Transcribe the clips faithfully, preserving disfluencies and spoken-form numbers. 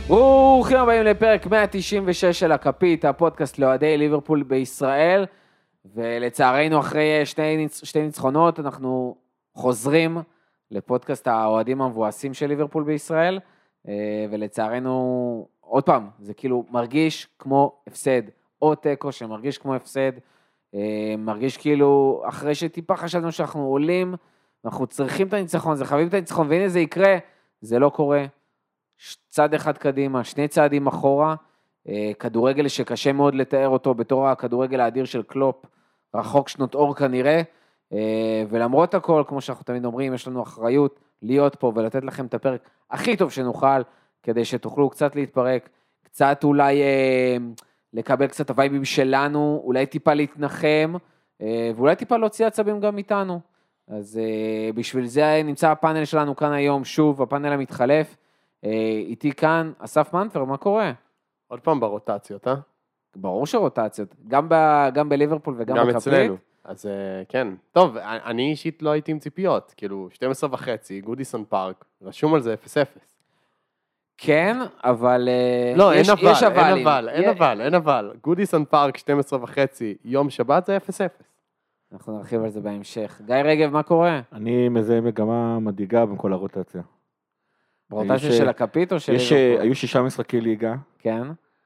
ברוכים הבאים לפרק מאה תשעים ושש של הכפית, הפודקאסט לאוהדי ליברפול בישראל, ולצערנו אחרי שני, ניצ... שתי ניצחונות אנחנו חוזרים לפודקאסט האוהדים המבואסים של ליברפול בישראל, ולצערנו עוד פעם, זה כאילו מרגיש כמו הפסד, או תיקו שמרגיש כמו הפסד, מרגיש כאילו אחרי שטיפה חשבנו שאנחנו עולים, אנחנו צריכים את הניצחון, זה חייבים את הניצחון, והנה זה יקרה, זה לא קורה. צד אחד קדימה, שני צעדים אחורה, כדורגל שקשה מאוד לתאר אותו בתור הכדורגל האדיר של קלופ, רחוק שנות אור כנראה, ולמרות הכל, כמו שאנחנו תמיד אומרים, יש לנו אחריות להיות פה ולתת לכם את הפרק הכי טוב שנוכל, כדי שתוכלו קצת להתפרק, קצת אולי לקבל קצת הווייבים שלנו, אולי טיפה להתנחם, ואולי טיפה להוציא עצבים גם איתנו. אז בשביל זה נמצא הפאנל שלנו כאן היום, שוב, הפאנל המתחלף, איתי כאן, אסף מנטבר, מה קורה? עוד פעם ברוטציות, אה? ברור שרוטציות, גם, ב, גם בליברפול וגם גם בכפית. אצלנו, אז כן. טוב, אני אישית לא הייתי עם ציפיות, כאילו שתים עשרה וחצי, גודיסון פארק, רשום על זה אפס אפס. כן, אבל... לא, יש, אין אבל, יש אין אבלים. אבל, אין אבל, אין אבל. גודיסון פארק, שתים עשרה וחצי, יום שבת זה אפס אפס. אנחנו נרחיב על זה בהמשך. גיא רגב, מה קורה? אני מזהה מגמה מדאיגה בכל הרוטציה. ברוטציה של הכפית או של יש, ליברפול? היו שישה משחקי ליגה. כן.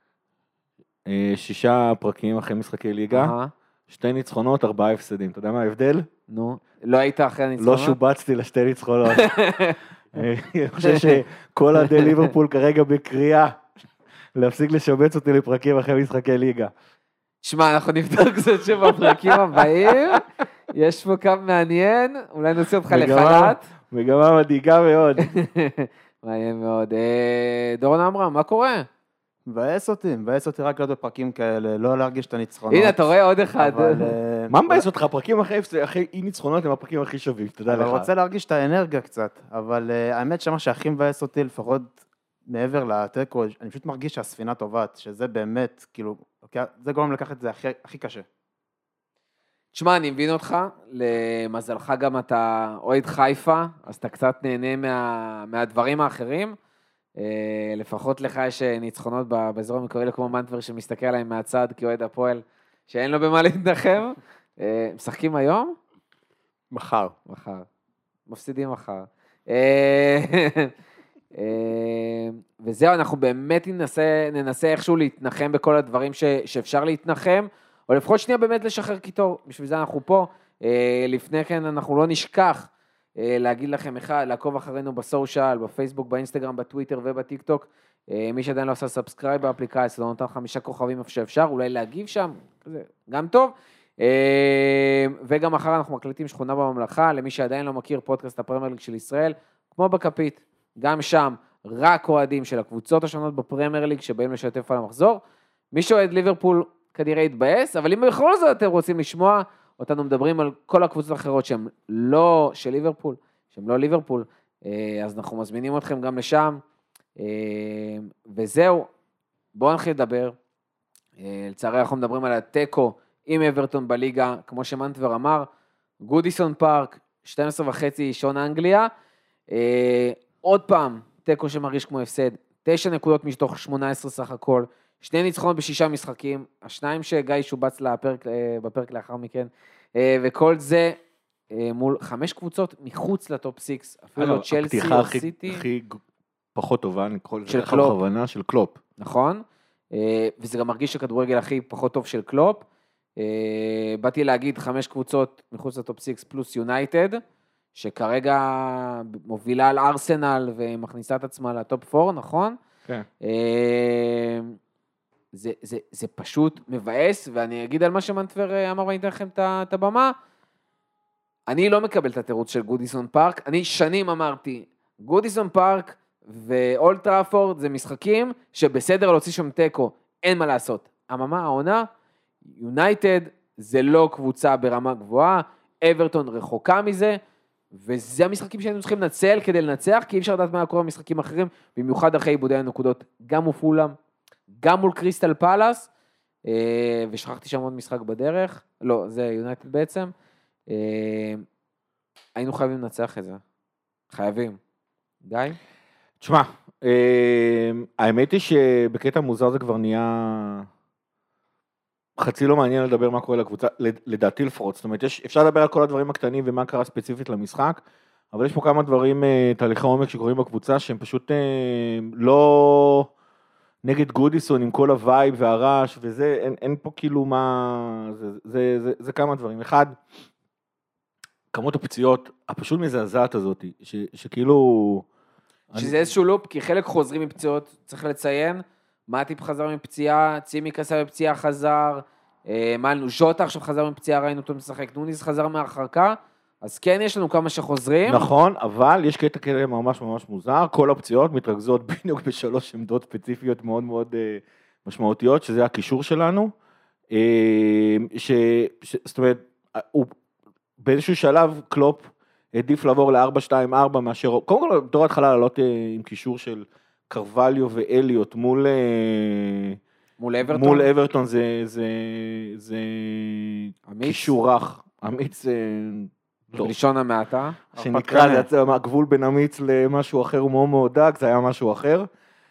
שישה פרקים אחרי משחקי ליגה. אהה. שתי ניצחונות, ארבעה הפסדים. אתה יודע מה ההבדל? נו, לא היית אחרי הניצחונות? לא שובצתי לשתי ניצחונות. אני חושב שכל עדי ליברפול כרגע בקריאה להפסיק לשבץ אותי לפרקים אחרי משחקי ליגה. שמע, אנחנו נבדוק זאת שוב בפרקים הבאים, יש פה קו מעניין, אולי נוציא אותך לחל"ת. מגמה מדאיגה מאוד. מעניין מאוד. דורון עמרם, מה קורה? מבאס אותי, מבאס אותי רק להיות בפרקים כאלה, לא להרגיש את הניצחונות. הנה, אתה רואה עוד אחד. מה מבאס אותך? הפרקים אחרי אי ניצחונות הם הפרקים הכי שווים, תדע לך. אבל רוצה להרגיש את האנרגיה קצת, אבל האמת שמה שהכי מבאס אותי, לפחות מעבר לטקו, אני פשוט מרגיש שהספינה טובת, שזה באמת, כאילו, זה גורם לקחת את זה הכי, הכי קשה. תשמע, אני מבין אותך, למזלך גם אתה אוהד חיפה, אז אתה קצת נהנה מה, מהדברים האחרים, לפחות לך יש ניצחונות באזור המקורי, כמו מנטבר שמסתכל עליהם מהצד, כאוהד הפועל, שאין לו במה להתנחם. משחקים היום? מחר. מחר. מפסידים מחר. וזהו, אנחנו באמת ננסה, ננסה איכשהו להתנחם בכל הדברים ש, שאפשר להתנחם, או לפחות שנייה באמת לשחרר קיטור, בשביל זה אנחנו פה. לפני כן אנחנו לא נשכח להגיד לכם אחד, לעקוב אחרינו בסושיאל, בפייסבוק, באינסטגרם, בטוויטר ובטיקטוק, מי שעדיין לא עושה סאבסקרייב באפליקציה, לא נותן חמישה כוכבים איפה שאפשר, אולי להגיב שם, גם טוב. וגם אחר אנחנו מקליטים שכונה בממלכה, למי שעדיין לא מכיר פודקאסט הפרמייר ליג של ישראל, כמו בכפית, גם שם, רק אוהדים של הקבוצות השונות בפרמייר ליג, שבאים לשתף על המחזור. מי שאוהד ליברפול כנראה יתבאס, אבל אם בכל זאת אתם רוצים לשמוע, אותנו מדברים על כל הקבוצות האחרות שהן לא של ליברפול, שהן לא ליברפול, אז אנחנו מזמינים אתכם גם לשם, וזהו, בואו נתחיל לדבר. לצערי אנחנו מדברים על הטקו עם אברטון בליגה, כמו שמנטבר אמר, גודיסון פארק, שתים עשרה וחצי שעון אנגליה, עוד פעם, טקו שמרגיש כמו הפסד, תשע נקודות מתוך שמונה עשרה סך הכל, שני ניצחונות בשישה משחקים, השניים שגיא שובץ לפרק, בפרק לאחר מכן, וכל זה מול חמש קבוצות מחוץ לטופ סיקס, אפילו צ'לסי או סיטי. הפתיחה הכי פחות טובה, נקרא לזה של ככה קלופ. בכוונה, של קלופ. נכון, וזה גם מרגיש הכדורגל הכי פחות טוב של קלופ. באתי להגיד חמש קבוצות מחוץ לטופ סיקס פלוס יונייטד, שכרגע מובילה על ארסנל ומכניסה את עצמה לטופ פור, נכון? כן. זה, זה, זה פשוט מבאס, ואני אגיד על מה שמנטבר אמר ואני אתן לכם את הבמה, אני לא מקבל את התירוץ של גודיסון פארק, אני שנים אמרתי, גודיסון פארק ואולד טראפורד זה משחקים שבסדר להוציא שם טקו, אין מה לעשות. אממה, העונה, יונייטד זה לא קבוצה ברמה גבוהה, אברטון רחוקה מזה, וזה המשחקים שהיינו צריכים לנצל כדי לנצח, כי אי אפשר לדעת מה קורה במשחקים אחרים, במיוחד אחרי עיבודי הנקודות, גם מול פולאם, גם מול קריסטל פלאס, ושכחתי שם עוד משחק בדרך, לא, זה יונייטד בעצם, היינו חייבים לנצח את זה, חייבים. גיא? תשמע, האמת היא שבקטע מוזר זה כבר נהיה חצי לא מעניין לדבר מה קורה לקבוצה, לדעתי לפחות, זאת אומרת, יש, אפשר לדבר על כל הדברים הקטנים ומה קרה ספציפית למשחק, אבל יש פה כמה דברים, תהליכי עומק שקורים בקבוצה, שהם פשוט לא נגד גודיסון עם כל הווייב והרעש וזה, אין, אין פה כאילו מה, זה, זה, זה, זה כמה דברים. אחד, כמות הפציעות הפשוט מזעזעת הזאת, ש, שכאילו... שזה אני... איזשהו לופ, כי חלק חוזרים מפציעות, צריך לציין, מאטיפ חזר מפציעה, צימיק עשה מפציעה חזר, מה לנו, ז'וטה עכשיו חזר מפציעה, ראינו אותו משחק, נוניס חזר מהרחקה, אז כן יש לנו כמה שחוזרים. נכון, אבל יש קטע כאלה ממש ממש מוזר, כל הפציעות מתרכזות בדיוק בשלוש עמדות ספציפיות מאוד מאוד משמעותיות, שזה הקישור שלנו, ש... ש... זאת אומרת, הוא... באיזשהו שלב קלופ העדיף לעבור ל-ארבע שתיים ארבע מאשר, קודם כל בתור התחלה לעלות עם קישור של קרווליו ואליוט מול מול אברטון, מול אברטון זה, זה, זה קישור רך, אמיץ בלשון המעטה, שנקרא הגבול בין אמיץ למשהו אחר הוא מאוד מאוד דק, זה היה משהו אחר,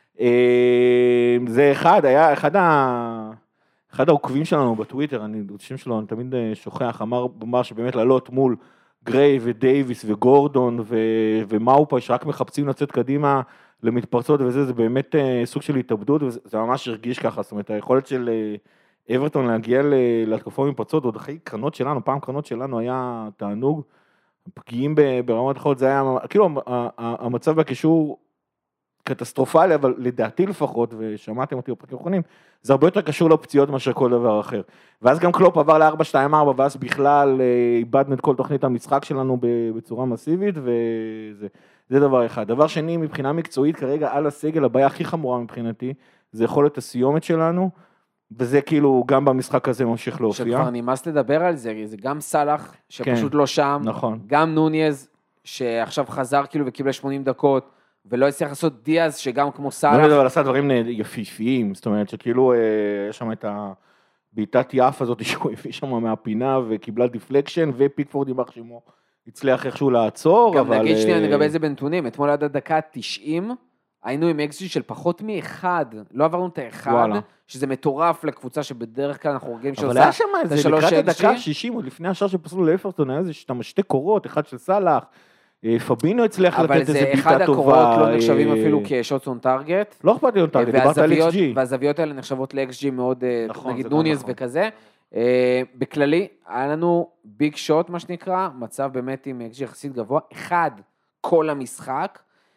זה אחד, היה אחד ה... אחד העוקבים שלנו בטוויטר, אני, השם שלו, אני תמיד שוכח, אמר, אמר שבאמת לעלות מול גריי ודייביס וגורדון ו, ומאופה, שרק מחפשים לצאת קדימה למתפרצות וזה, זה באמת סוג של התאבדות, וזה ממש הרגיש ככה, זאת אומרת, היכולת של אברטון להגיע להתקפות מתפרצות, עוד אחרי קרנות שלנו, פעם קרנות שלנו היה תענוג, פגיעים ברמת החול, זה היה, כאילו, המצב בקישור, קטסטרופלי, אבל לדעתי לפחות, ושמעתם אותי בפרקים האחרונים, זה הרבה יותר קשור לפציעות מאשר כל דבר אחר. ואז גם קלופ עבר ל-ארבע שתיים ארבע, ואז בכלל איבדנו את כל תוכנית המשחק שלנו בצורה מסיבית, וזה זה דבר אחד. דבר שני, מבחינה מקצועית, כרגע על הסגל, הבעיה הכי חמורה מבחינתי, זה יכולת הסיומת שלנו, וזה כאילו גם במשחק הזה ממשיך להופיע. שכבר נמאס לדבר על זה, זה גם סלח, שפשוט כן, לא שם, נכון. גם נוניז, שעכשיו חזר כאילו וקיבל שמונים דקות, ולא הצליח לעשות דיאז, שגם כמו סלח. לא יודע, אבל עשה דברים יפיפיים, זאת אומרת שכאילו, יש שם את הבעיטת יף הזאת, שהוא הביא שם מהפינה, וקיבלה דיפלקשן, ופיקפורד עם אח שמו, הצליח איכשהו לעצור, גם אבל... נגיד שנייה, נגבי זה בנתונים, אתמול עד הדקה תשעים, היינו עם אקס ג'י של פחות מאחד, לא עברנו את האחד, שזה מטורף לקבוצה שבדרך כלל אנחנו רגעים שעושה, אבל היה שם איזה לקראת הדקה ה-שישים, עוד לפני השאר שפסלו לאפרטון, היה איזה שאתה משתי קורות, אחד של סלח, פבינו הצליח לתת איזה בעיטה טובה. אבל זה אחד הקורות לא נחשבים אפילו כשותס און טארגט. לא אכפת לי און טארגט, דיברת על אקס ג'י. והזוויות האלה נחשבות ל-אקס ג'י מאוד, נגיד נוניס וכזה. בכללי, היה לנו ביג שוט, מה שנקרא, מצב באמת עם אקס ג'י יחסית גבוה, אחד כל המשחק,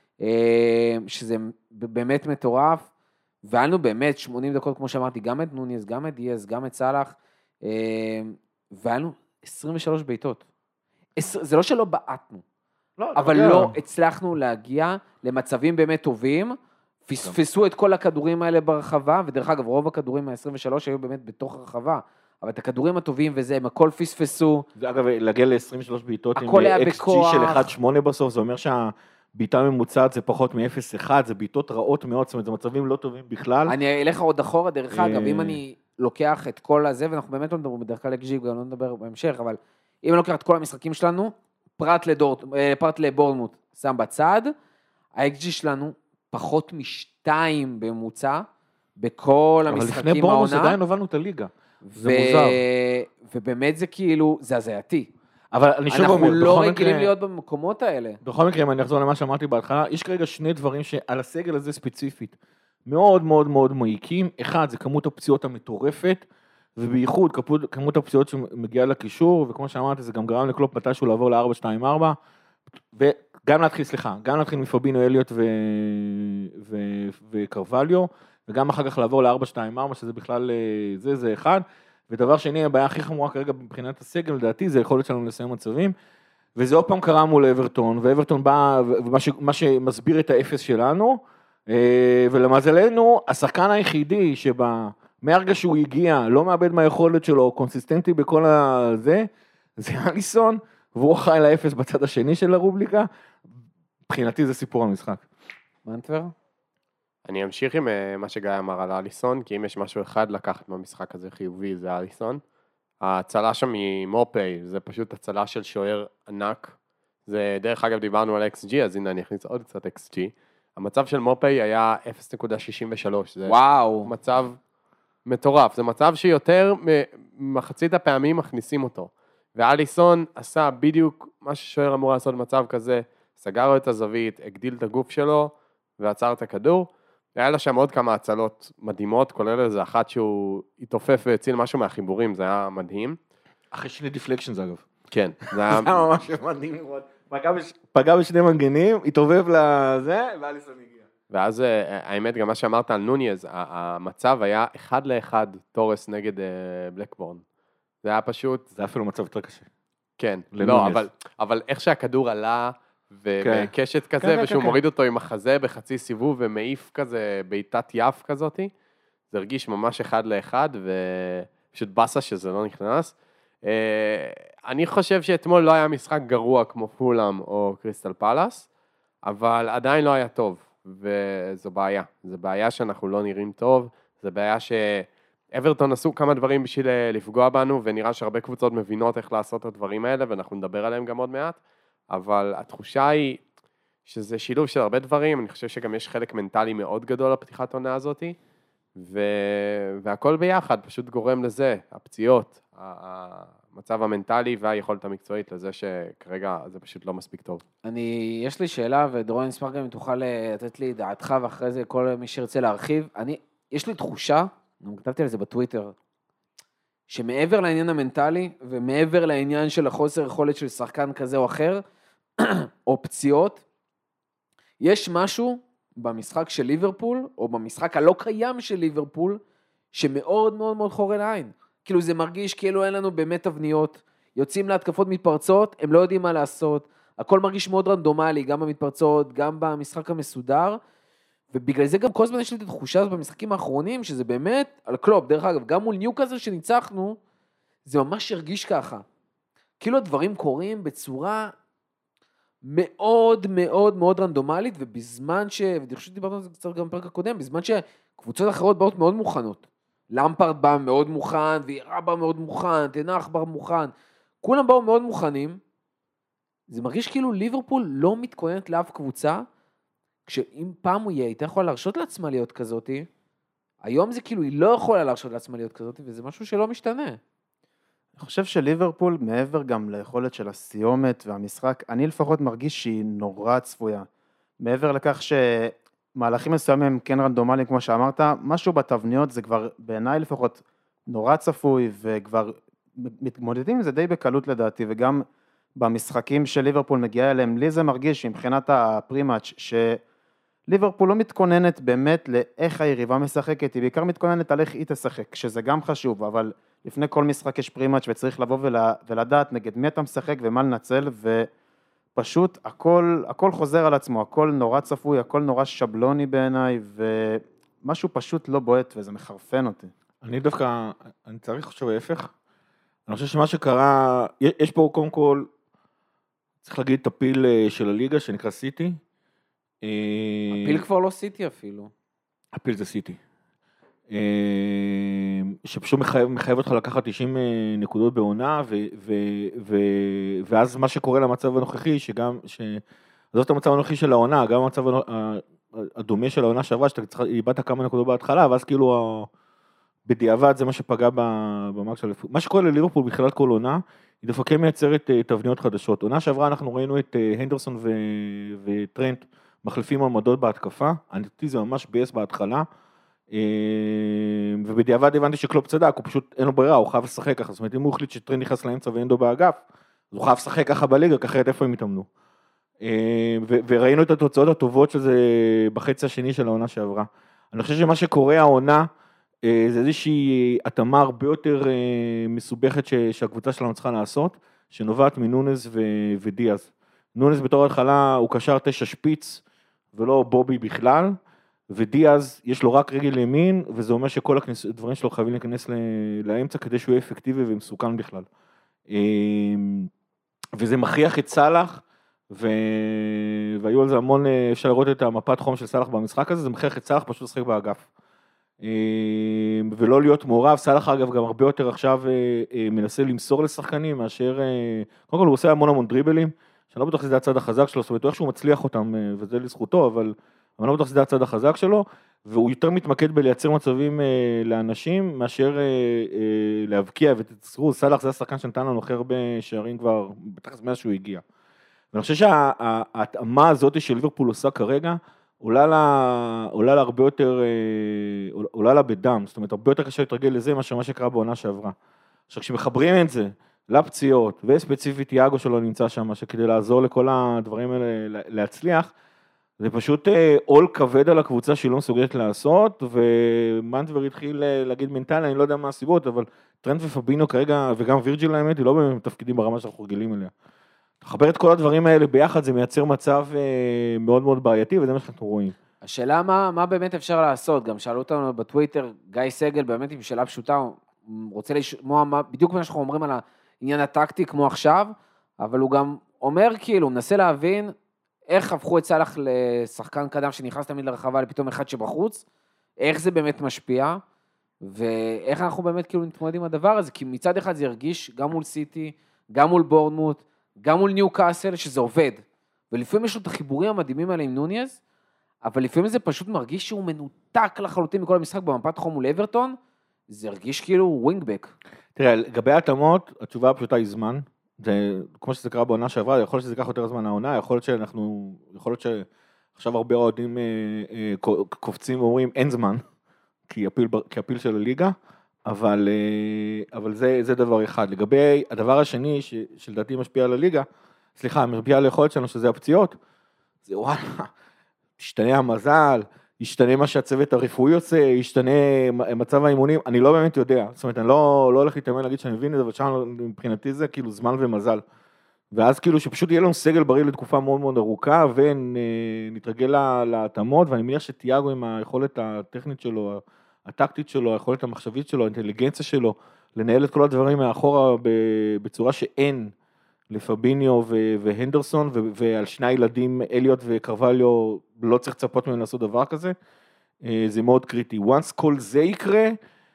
שזה באמת מטורף, והיה לנו באמת שמונים דקות, כמו שאמרתי, גם את נוניס, גם את דיאז, גם את סלח, והיה לנו עשרים ושלוש בעיטות. זה לא שלא בעטנו. לא, אבל לא, לא הצלחנו להגיע למצבים באמת טובים, פספסו את כל הכדורים האלה ברחבה, ודרך אגב, רוב הכדורים מה-עשרים ושלוש היו באמת בתוך הרחבה, אבל את הכדורים הטובים וזה, הם הכל פספסו. זה אגב, להגיע ל-עשרים ושלוש בעיטות עם אקס ג'י של אחת שמונה בסוף, זה אומר שהבעיטה ממוצעת זה פחות מ-אפס אחת, זה בעיטות רעות מאוד, זאת אומרת, זה מצבים לא טובים בכלל. אני אלך עוד אחורה, דרך אגב, אם אני לוקח את כל הזה, ואנחנו באמת לא מדברים בדרך כלל אקס ג'י, גם לא נדבר בהמשך, אבל אם אני לוקח את כל המשחקים שלנו, פרט לדורט, פרט לבורנמוט, שם בצד, ה-אקס ג'י שלנו פחות משתיים בממוצע, בכל המשחקים העונה. אבל לפני בורנמוט עדיין הובלנו את הליגה, זה מוזר. ובאמת זה כאילו, זה הזייתי. אבל אני שוב אומר, אנחנו לא רגילים להיות במקומות האלה. בכל מקרה, אם אני אחזור למה שאמרתי בהתחלה, יש כרגע שני דברים שעל הסגל הזה ספציפית, מאוד מאוד מאוד מעיקים. אחד, זה כמות הפציעות המטורפת, ובייחוד כמות הפציעות שמגיעה לקישור, וכמו שאמרתי, זה גם גרם לקלופ מתישהו לעבור ל-ארבע שתיים ארבע, וגם להתחיל, סליחה, גם להתחיל מפבינו, אליוט וקרווליו, וגם אחר כך לעבור ל-ארבע שתיים ארבע, שזה בכלל, זה, זה אחד. ודבר שני, הבעיה הכי חמורה כרגע מבחינת הסגל, לדעתי, זה יכולת שלנו לסיים מצבים, וזה עוד פעם קרה מול אברטון, ואברטון בא, ומה שמסביר את האפס שלנו, ולמזלנו, השחקן היחידי שבא, מהרגע שהוא הגיע, לא מאבד מהיכולת שלו, קונסיסטנטי בכל הזה, זה אליסון, והוא חי לאפס בצד השני של הרובליקה, מבחינתי זה סיפור המשחק. מנטבר? אני אמשיך עם מה שגיא אמר על אליסון, כי אם יש משהו אחד לקחת במשחק הזה חיובי, זה אליסון. ההצלה שם היא מופי, זה פשוט הצלה של שוער ענק. זה דרך אגב דיברנו על אקס ג'י, אז הנה אני אכניס עוד קצת אקס ג'י. המצב של מופי היה אפס נקודה שישים ושלוש. זה וואו. מצב מטורף. זה מצב שיותר ממחצית הפעמים מכניסים אותו. ואליסון עשה בדיוק מה ששוער אמור לעשות במצב כזה, סגר לו את הזווית, הגדיל את הגוף שלו, ועצר את הכדור. היה לו שם עוד כמה הצלות מדהימות, כולל איזה אחת שהוא התעופף והציל משהו מהחיבורים, זה היה מדהים. אחרי שני דיפלקשנס אגב. כן, זה זה היה... היה ממש מדהים לראות. פגע בש- פגע בשני מנגנים, התעובב לזה, ואליסון הגיע. ואז האמת, גם מה שאמרת על נוניז, המצב היה אחד לאחד תורס נגד בלקבורן. זה היה פשוט... זה אפילו מצב יותר קשה. כן, לנוניז. לא, אבל, אבל איך שהכדור עלה, ובקשת כזה, כן, ושהוא כן, מוריד אותו עם החזה בחצי סיבוב, ומעיף כזה בעיטת יף כזאת, זה הרגיש ממש אחד לאחד, ופשוט בסה שזה לא נכנס. אני חושב שאתמול לא היה משחק גרוע כמו פולאם או קריסטל פלאס, אבל עדיין לא היה טוב, וזו בעיה. זו בעיה שאנחנו לא נראים טוב, זו בעיה שאברטון עשו כמה דברים בשביל לפגוע בנו, ונראה שהרבה קבוצות מבינות איך לעשות את הדברים האלה, ואנחנו נדבר עליהם גם עוד מעט, אבל התחושה היא שזה שילוב של הרבה דברים, אני חושב שגם יש חלק מנטלי מאוד גדול לפתיחת עונה הזאת, ו... והכל ביחד פשוט גורם לזה, הפציעות, המצב המנטלי והיכולת המקצועית לזה שכרגע זה פשוט לא מספיק טוב. אני, יש לי שאלה, ודורון נשמח גם אם תוכל לתת לי דעתך, ואחרי זה כל מי שירצה להרחיב. אני, יש לי תחושה, אני כתבתי על זה בטוויטר, שמעבר לעניין המנטלי, ומעבר לעניין של החוסר יכולת של שחקן כזה או אחר, או פציעות, יש משהו במשחק של ליברפול, או במשחק הלא קיים של ליברפול, שמאוד מאוד מאוד חורה לעין. כאילו זה מרגיש כאילו אין לנו באמת תבניות, יוצאים להתקפות מתפרצות, הם לא יודעים מה לעשות, הכל מרגיש מאוד רנדומלי, גם במתפרצות, גם במשחק המסודר, ובגלל זה גם כל הזמן יש לי את התחושה הזאת במשחקים האחרונים, שזה באמת, על קלופ, דרך אגב, גם מול ניוקאסל שניצחנו, זה ממש הרגיש ככה. כאילו הדברים קורים בצורה מאוד מאוד מאוד רנדומלית, ובזמן ש... ואני חושב שדיברנו על זה קצת גם בפרק הקודם, בזמן שקבוצות אחרות באות מאוד מוכנות. למפרד בא מאוד מוכן, וירה בא מאוד מוכן, תנח בא מוכן, כולם באו מאוד מוכנים. זה מרגיש כאילו ליברפול לא מתכוננת לאף קבוצה, כשאם פעם הוא יהיה, הייתה יכולה להרשות לעצמה להיות כזאת, היום זה כאילו היא לא יכולה להרשות לעצמה להיות כזאת, וזה משהו שלא משתנה. אני חושב שליברפול, מעבר גם ליכולת של הסיומת והמשחק, אני לפחות מרגיש שהיא נורא צפויה. מעבר לכך שמהלכים מסוימים הם כן רנדומליים, כמו שאמרת, משהו בתבניות זה כבר בעיניי לפחות נורא צפוי, וכבר מתמודדים עם זה די בקלות לדעתי, וגם במשחקים של ליברפול מגיעה אליהם, לי זה מרגיש מבחינת הפרימאץ' שליברפול לא מתכוננת באמת לאיך היריבה משחקת, היא בעיקר מתכוננת על איך היא תשחק, שזה גם חשוב, אבל לפני כל משחק יש פרימאץ' וצריך לבוא ולדעת נגד מי אתה משחק ומה לנצל, ופשוט הכל, הכל חוזר על עצמו, הכל נורא צפוי, הכל נורא שבלוני בעיניי, ומשהו פשוט לא בועט וזה מחרפן אותי. אני דווקא, אני צריך לחשוב ההפך, אני חושב שמה שקרה, יש פה קודם כל, צריך להגיד את הפיל של הליגה שנקרא סיטי. הפיל כבר לא סיטי אפילו. הפיל זה סיטי. שפשוט מחייב, מחייב אותך לקחת תשעים נקודות בעונה, ו, ו, ו, ואז מה שקורה למצב הנוכחי, שגם, זאת המצב הנוכחי של העונה, גם המצב הדומה של העונה שעברה, שאתה איבדת כמה נקודות בהתחלה, ואז כאילו בדיעבד זה מה שפגע במאג של מה שקורה לליברפול בתחילת כל עונה, היא דווקא מייצרת תבניות חדשות. עונה שעברה אנחנו ראינו את הנדרסון ו... וטרנט מחליפים עמדות בהתקפה, אני חושבת זה ממש בייס בהתחלה, ובדיעבד הבנתי שקלופ צדק, הוא פשוט אין לו ברירה, הוא חייב לשחק ככה, זאת אומרת אם הוא החליט שטרנט נכנס לאמצע ואין לו באגף, אז הוא חייב לשחק ככה בליגה, ככה איפה הם התאמנו. ו... וראינו את התוצאות הטובות של זה בחצי השני של העונה שעברה. אני חושב שמה שקורה העונה, זה איזושהי התאמה הרבה יותר מסובכת שהקבוצה שלנו צריכה לעשות, שנובעת מנונז ודיאז. נונז בתור התחלה הוא קשר תשע שפיץ, ולא בובי בכלל, ודיאז יש לו רק רגל ימין, וזה אומר שכל הדברים שלו חייבים להיכנס לאמצע, כדי שהוא יהיה אפקטיבי ומסוכן בכלל. וזה מכריח את סלח, והיו על זה המון, אפשר לראות את המפת חום של סלח במשחק הזה, זה מכריח את סלח פשוט לשחק באגף. ולא להיות מעורב, סלח אגב גם הרבה יותר עכשיו מנסה למסור לשחקנים, מאשר, קודם כל הוא עושה המון המון דריבלים, שאני לא בטוח שזה הצד החזק שלו, זאת אומרת, הוא איכשהו מצליח אותם, וזה לזכותו, אבל אבל לא בטוח שזה הצד החזק שלו, והוא יותר מתמקד בלייצר מצבים אה, לאנשים, מאשר אה, אה, להבקיע, ותזכרו, סלאח זה השחקן שנתן לנו הכי הרבה שערים כבר, בטח מאז שהוא הגיע. ואני חושב שההתאמה הזאת של ליברפול עושה כרגע, עולה לה, עולה לה הרבה יותר, אה, עולה לה בדם, זאת אומרת, הרבה יותר קשה להתרגל לזה, מאשר מה שקרה בעונה שעברה. עכשיו, כשמחברים את זה לפציעות, וספציפית יאגו שלו נמצא שם, שכדי לעזור לכל הדברים האלה להצליח, זה פשוט עול כבד על הקבוצה שהיא לא מסוגלת לעשות, ומנטבר התחיל להגיד מנטלי, אני לא יודע מה הסיבות, אבל טרנט ופבינו כרגע, וגם וירג'יל האמת, היא לא בתפקידים ברמה שאנחנו רגילים אליה. לחבר את כל הדברים האלה ביחד, זה מייצר מצב מאוד מאוד בעייתי, וזה מה שאנחנו רואים. השאלה מה, מה באמת אפשר לעשות, גם שאלו אותנו בטוויטר, גיא סגל באמת עם שאלה פשוטה, הוא רוצה לשמוע מה, בדיוק מה שאנחנו אומרים על העניין הטקטי כמו עכשיו, אבל הוא גם אומר כאילו, הוא מנסה להבין, איך הפכו את סלאח לשחקן קדם שנכנס תמיד לרחבה לפתאום אחד שבחוץ, איך זה באמת משפיע, ואיך אנחנו באמת כאילו נתמודדים עם הדבר הזה, כי מצד אחד זה ירגיש גם מול סיטי, גם מול בורנמוט, גם מול ניו קאסל, שזה עובד, ולפעמים יש לו את החיבורים המדהימים האלה עם נוניאז, אבל לפעמים זה פשוט מרגיש שהוא מנותק לחלוטין מכל המשחק במפת חום מול אברטון, זה הרגיש כאילו ווינגבק. תראה, לגבי התאמות, התשובה הפשוטה היא זמן, זה, כמו שזה קרה בעונה שעברה, יכול להיות שזה ייקח יותר זמן העונה, יכול להיות שאנחנו, יכול להיות שעכשיו הרבה אוהדים אה, אה, קופצים ואומרים, אין זמן, כי הפיל, כי הפיל של הליגה, אבל, אה, אבל זה, זה דבר אחד. לגבי הדבר השני, ש, שלדעתי משפיע על הליגה, סליחה, משפיע על היכולת שלנו, שזה הפציעות, זה וואלה, ישתנה המזל, ישתנה מה שהצוות הרפואי עושה, ישתנה מצב האימונים, אני לא באמת יודע, זאת אומרת, אני לא, לא הולך להתאמן להגיד שאני מבין את זה, אבל שם מבחינתי זה כאילו זמן ומזל, ואז כאילו שפשוט יהיה לנו סגל בריא לתקופה מאוד מאוד ארוכה, ונתרגל להתאמות, ואני מניח שתיאגו עם היכולת הטכנית שלו, הטקטית שלו, היכולת המחשבית שלו, האינטליגנציה שלו, לנהל את כל הדברים מאחורה בצורה שאין לפביניו והנדרסון, ועל שני הילדים, אליוט וקרווליו, לא צריך לצפות מהם לעשות דבר כזה, זה מאוד קריטי. once כל זה יקרה,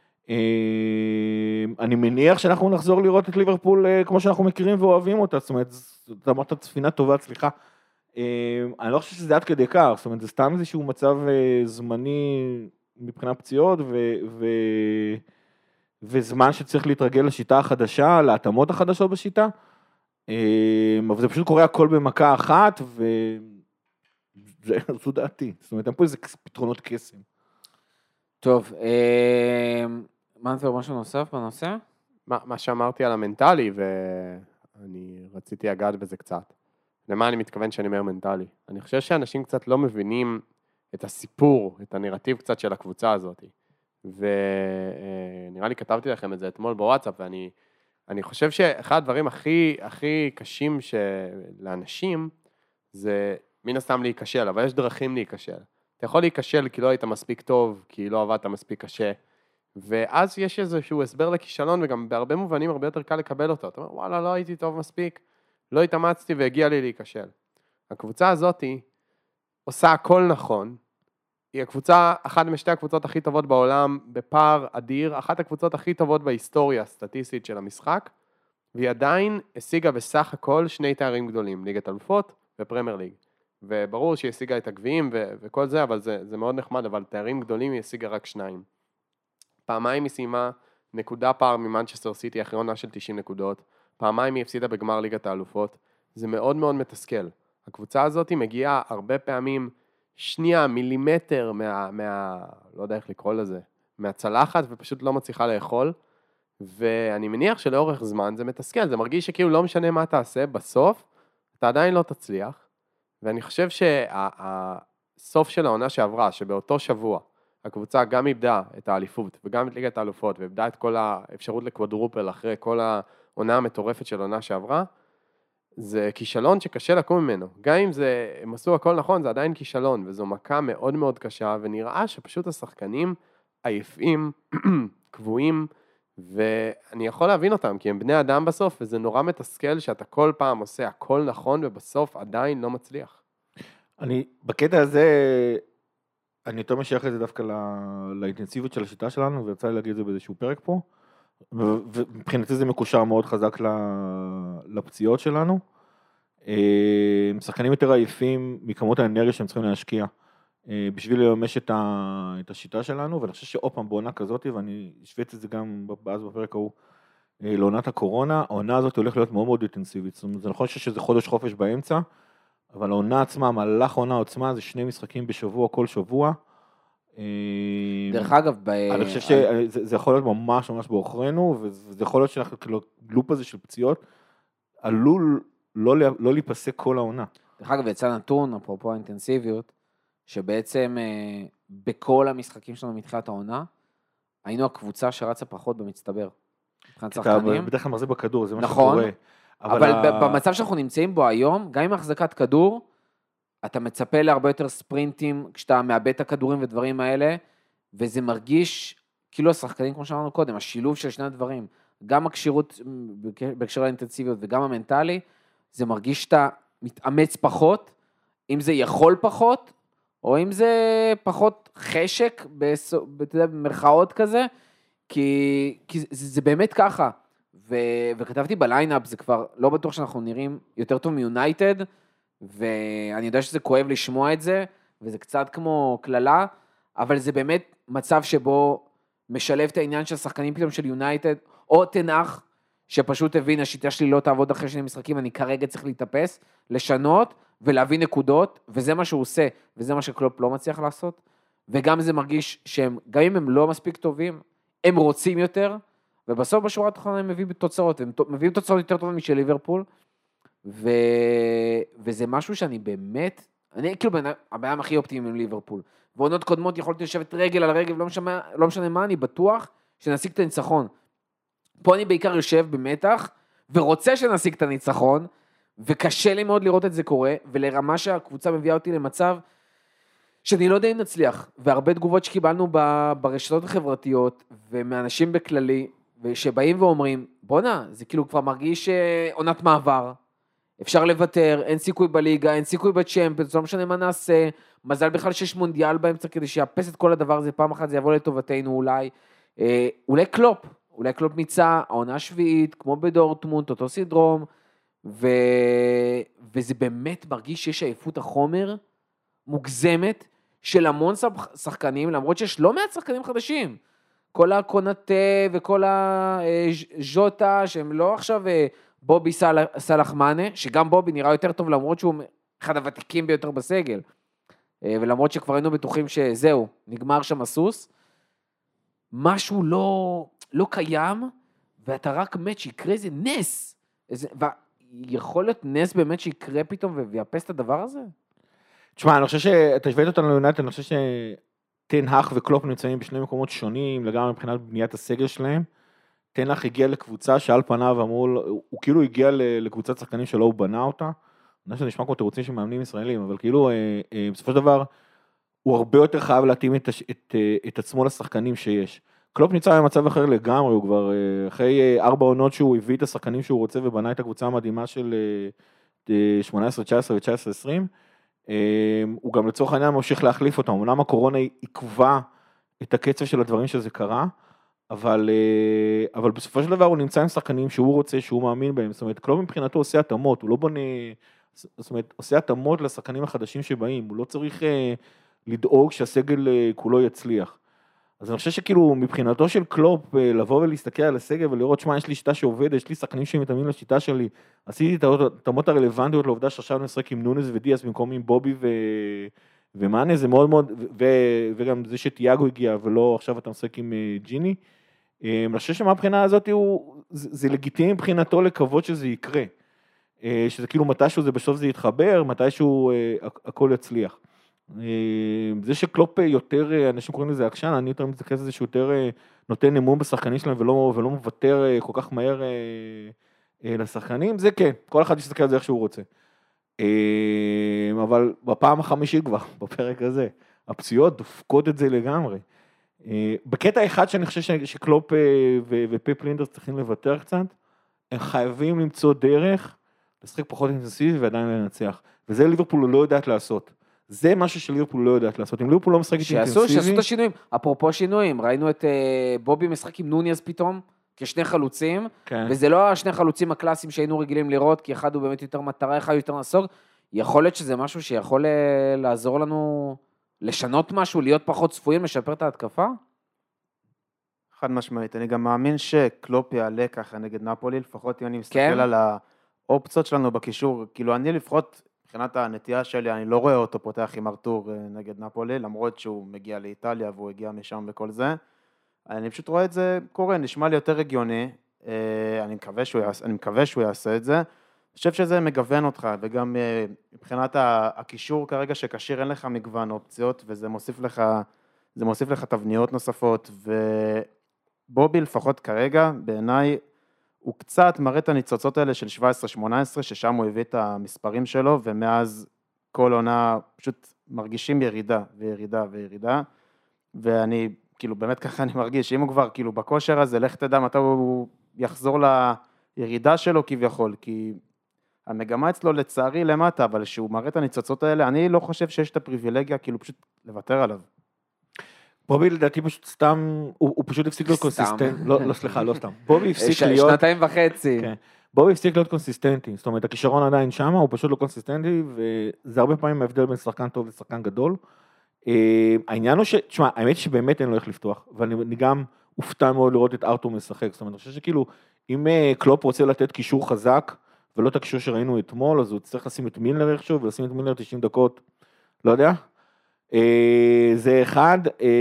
אני מניח שאנחנו נחזור לראות את ליברפול כמו שאנחנו מכירים ואוהבים אותה, זאת אומרת, זאת אמרת ספינה טובה, סליחה, אני לא חושב שזה עד כדי כך, זאת אומרת, זה סתם איזשהו מצב זמני מבחינת פציעות, ו... ו... וזמן שצריך להתרגל לשיטה החדשה, להתאמות החדשות בשיטה, אבל זה פשוט קורה הכל במכה אחת, וזו דעתי, זאת אומרת, אין פה איזה פתרונות קסם. טוב, מה נדבר משהו נוסף בנושא? מה, מה שאמרתי על המנטלי, ואני רציתי לגעת בזה קצת. למה אני מתכוון שאני אומר מנטלי? אני חושב שאנשים קצת לא מבינים את הסיפור, את הנרטיב קצת של הקבוצה הזאת. ונראה לי כתבתי לכם את זה אתמול בוואטסאפ, ואני אני חושב שאחד הדברים הכי, הכי קשים לאנשים, זה מן הסתם להיכשל, אבל יש דרכים להיכשל. אתה יכול להיכשל כי לא היית מספיק טוב, כי לא עבדת מספיק קשה, ואז יש איזשהו הסבר לכישלון, וגם בהרבה מובנים הרבה יותר קל לקבל אותו. אתה אומר, וואלה, לא הייתי טוב מספיק, לא התאמצתי והגיע לי להיכשל. הקבוצה הזאת עושה הכל נכון, היא הקבוצה, אחת משתי הקבוצות הכי טובות בעולם, בפער אדיר, אחת הקבוצות הכי טובות בהיסטוריה הסטטיסטית של המשחק, והיא עדיין השיגה בסך הכל שני תארים גדולים, ליגת אלופות ופרמייר ליג. וברור שהיא השיגה את הגביעים ו- וכל זה, אבל זה, זה מאוד נחמד, אבל תארים גדולים היא השיגה רק שניים. פעמיים היא סיימה נקודה פער ממנצ'סטר סיטי, אחרי עונה של תשעים נקודות, פעמיים היא הפסידה בגמר ליגת האלופות, זה מאוד מאוד מתסכל. הקבוצה הזאת מגיעה הרבה פעמים שנייה, מילימטר מה, מה, לא יודע איך לקרוא לזה, מהצלחת, ופשוט לא מצליחה לאכול, ואני מניח שלאורך זמן זה מתסכל, זה מרגיש שכאילו לא משנה מה תעשה, בסוף אתה עדיין לא תצליח, ואני חושב שהסוף של העונה שעברה, שבאותו שבוע, הקבוצה גם איבדה את האליפות, וגם את ליגת האלופות, ואיבדה את כל האפשרות לקוואדרופל, אחרי כל העונה המטורפת של העונה שעברה, זה כישלון שקשה לקום ממנו. גם אם זה, הם עשו הכל נכון, זה עדיין כישלון, וזו מכה מאוד מאוד קשה, ונראה שפשוט השחקנים עייפים, קבועים, ואני יכול להבין אותם, כי הם בני אדם בסוף, וזה נורא מתסכל שאתה כל פעם עושה הכל נכון, ובסוף עדיין לא מצליח. אני, בקטע הזה, אני יותר משייך את זה דווקא לאינטנסיביות של השיטה שלנו, ויצא לי להגיד את זה באיזשהו פרק פה, ומבחינתי זה מקושר מאוד חזק לפציעות שלנו. שחקנים יותר עייפים מכמות האנרגיה שהם צריכים להשקיע בשביל לממש את, ה, את השיטה שלנו, ואני חושב שעוד פעם בעונה כזאת, ואני השוויתי את זה גם אז בפרק ההוא, לעונת הקורונה, העונה הזאת הולכת להיות מאוד מאוד אינטנסיבית, זאת אומרת, זה נכון שזה חודש חופש באמצע, אבל העונה עצמה, מהלך העונה עצמה, זה שני משחקים בשבוע, כל שבוע. דרך אגב, ב... אני חושב שזה יכול להיות ממש ממש באוכרנו, וזה יכול להיות שאנחנו כאילו גלופ הזה של פציעות, עלול לא, לא להיפסק כל העונה. דרך אגב, יצא נתון, אפרופו האינטנסיביות, שבעצם בכל המשחקים שלנו מתחילת העונה, היינו הקבוצה שרצה פחות במצטבר. בדרך כלל מרזה בכדור, זה מה נכון, שקורה. אבל, אבל ה... במצב שאנחנו נמצאים בו היום, גם עם החזקת כדור, אתה מצפה להרבה יותר ספרינטים, כשאתה מאבד את הכדורים ודברים האלה, וזה מרגיש, כאילו השחקנים, כמו שאמרנו קודם, השילוב של שני הדברים, גם הקשירות בהקשר לאינטנסיביות וגם המנטלי, זה מרגיש שאתה מתאמץ פחות, אם זה יכול פחות, או אם זה פחות חשק, במרכאות כזה, כי, כי זה, זה באמת ככה. ו, וכתבתי בליינאפ, זה כבר לא בטוח שאנחנו נראים יותר טוב מיונייטד, ואני יודע שזה כואב לשמוע את זה, וזה קצת כמו כללה, אבל זה באמת מצב שבו משלב את העניין של השחקנים פתאום של יונייטד, או תנח, שפשוט הבין, השיטה שלי לא תעבוד אחרי שני משחקים, אני כרגע צריך להתאפס, לשנות ולהביא נקודות, וזה מה שהוא עושה, וזה מה שקלופ לא מצליח לעשות, וגם זה מרגיש שהם, גם אם הם לא מספיק טובים, הם רוצים יותר, ובסוף בשורה התחתונה הם מביאים תוצאות, הם מביאים תוצאות יותר טובות משל ליברפול, ו... וזה משהו שאני באמת, אני כאילו הבעיה הכי אופטימי עם ליברפול, ועונות קודמות יכולתי לשבת רגל על רגל, לא משנה, לא משנה מה, אני בטוח שנשיג את הניצחון. פה אני בעיקר יושב במתח, ורוצה שנשיג את הניצחון, וקשה לי מאוד לראות את זה קורה, ולרמה שהקבוצה מביאה אותי למצב, שאני לא יודע אם נצליח, והרבה תגובות שקיבלנו ברשתות החברתיות, ומאנשים בכללי, ושבאים ואומרים, בונה, זה כאילו כבר מרגיש עונת מעבר, אפשר לוותר, אין סיכוי בליגה, אין סיכוי בצ'מפיונס, לא משנה מה נעשה, מזל בכלל שיש מונדיאל באמצע, כדי שיאפס את כל הדבר הזה, פעם אחת זה יבוא לטובתנו אולי, אה, אולי קלופ, אולי קלופ ניצה, העונה השביעית, כמו בדורטמונד, אותו סינדרום, ו... וזה באמת מרגיש שיש עייפות החומר, מוגזמת, של המון שחקנים, למרות שיש לא מעט שחקנים חדשים, כל הקונטה וכל הז'וטה, שהם לא עכשיו בובי סלח מנה, שגם בובי נראה יותר טוב, למרות שהוא אחד הוותיקים ביותר בסגל, ולמרות שכבר היינו בטוחים שזהו, נגמר שם הסוס, משהו לא, לא קיים, ואתה רק מת שיקרה איזה נס, איזה, ויכול להיות נס באמת שיקרה פתאום, ויאפס את הדבר הזה? תשמע, אני חושב שאתה השווית אותנו ליונייטד, אני חושב שטנהך וקלופ נמצאים בשני מקומות שונים, לגמרי מבחינת בניית הסגל שלהם. טנהך הגיע לקבוצה שעל פניו אמרו, הוא, הוא כאילו הגיע לקבוצת שחקנים שלא הוא בנה אותה, אני חושב שזה נשמע כמו תירוצים של מאמנים ישראלים, אבל כאילו, אה, אה, בסופו של דבר, הוא הרבה יותר חייב להתאים את, את, את עצמו לשחקנים שיש. קלופ נמצא במצב אחר לגמרי, הוא כבר אה, אחרי ארבע עונות שהוא הביא את השחקנים שהוא רוצה, ובנה את הקבוצה המדהימה של אה, שמונה עשרה, תשע עשרה ו-תשע עשרה עשרים, הוא גם לצורך העניין ממשיך להחליף אותם, אומנם הקורונה עיכבה את הקצב של הדברים שזה קרה, אבל, אבל בסופו של דבר הוא נמצא עם שחקנים שהוא רוצה, שהוא מאמין בהם, זאת אומרת, קלופ מבחינתו עושה התאמות, הוא לא בונה, זאת אומרת, עושה התאמות לשחקנים החדשים שבאים, הוא לא צריך לדאוג שהסגל כולו יצליח. אז אני חושב שכאילו מבחינתו של קלופ, לבוא ולהסתכל על הסגל ולראות, שמה, יש לי שיטה שעובדת, יש לי שחקנים שמתאמנים לשיטה שלי, עשיתי את התאמות הרלוונטיות לעובדה שעכשיו נשחק עם נונס ודיאס במקום עם בובי ו... ומאנה, זה מאוד מאוד, ו... וגם זה שטיאגו הגיע ולא עכשיו אתה משחק עם ג'יני, אני חושב שמהבחינה הזאת הוא... זה, זה לגיטימי מבחינתו לקוות שזה יקרה, שזה כאילו מתישהו זה בסוף זה יתחבר, מתישהו הכל יצליח. זה שקלופ יותר, אנשים קוראים לזה עקשן, אני יותר מתזכס לזה שהוא יותר נותן אמון בשחקנים שלהם ולא, ולא מוותר כל כך מהר לשחקנים, זה כן, כל אחד יסתכל על זה איך שהוא רוצה. אבל בפעם החמישית כבר, בפרק הזה, הפציעות דופקות את זה לגמרי. בקטע אחד שאני חושב שקלופ ופפ לינדרס צריכים לוותר קצת, הם חייבים למצוא דרך, לשחק פחות אינטנסיבי ועדיין לנצח, וזה ליברפול לא יודעת לעשות. זה משהו שליברפול לא יודעת לעשות, אם ליברפול לא משחק אינטנסיבי... שיעשו, שיעשו את השינויים, אפרופו שינויים, ראינו את בובי משחק עם נוניאז פתאום, כשני חלוצים, כן. וזה לא השני חלוצים הקלאסיים שהיינו רגילים לראות, כי אחד הוא באמת יותר מטרה, אחד יותר נסוג, יכול להיות שזה משהו שיכול לעזור לנו לשנות משהו, להיות פחות צפויים, לשפר את ההתקפה? חד משמעית, אני גם מאמין שקלופ יעלה ככה נגד נפולי, לפחות אם אני מסתכל כן? על האופציות שלנו בקישור, כאילו אני לפחות, מבחינת הנטייה שלי, אני לא רואה אותו פותח עם ארתור נגד נפולי, למרות שהוא מגיע לאיטליה והוא הגיע משם וכל זה, אני פשוט רואה את זה קורה, נשמע לי יותר הגיוני, אני מקווה שהוא יעשה, אני מקווה שהוא יעשה את זה, אני חושב שזה מגוון אותך, וגם מבחינת הקישור כרגע שקשיר אין לך מגוון אופציות, וזה מוסיף לך, זה מוסיף לך תבניות נוספות, ובובי לפחות כרגע, בעיניי, הוא קצת מראה את הניצוצות האלה של שבע עשרה שמונה עשרה, ששם הוא הביא את המספרים שלו, ומאז כל עונה פשוט מרגישים ירידה, וירידה, וירידה, ואני, כאילו, באמת ככה אני מרגיש, שאם הוא כבר, כאילו, בכושר הזה, לך תדע מתי הוא יחזור לירידה שלו כביכול, כי המגמה אצלו לצערי למטה, אבל שהוא מראה את הניצוצות האלה, אני לא חושב שיש את הפריבילגיה, כאילו, פשוט לוותר עליו. בובי לדעתי פשוט סתם, הוא, הוא פשוט הפסיק להיות קונסיסטנט, לא, לא סליחה, לא סתם, בובי הפסיק ש... להיות, שנתיים וחצי. כן. בובי הפסיק להיות קונסיסטנטי, זאת אומרת, הכישרון עדיין שם, הוא פשוט לא קונסיסטנטי, וזה הרבה פעמים ההבדל בין שחקן טוב לשחקן גדול. העניין הוא ש, תשמע, האמת שבאמת אין לו איך לפתוח, ואני גם הופתע מאוד לראות את ארתור משחק, זאת אומרת, אני חושב שכאילו, אם קלופ רוצה לתת קישור חזק, ולא את הקישור שראינו אתמול, אז הוא צריך לשים את מילנר איכשהו, ולשים את מילנר תשעים דקות, לא יודע, זה אחד,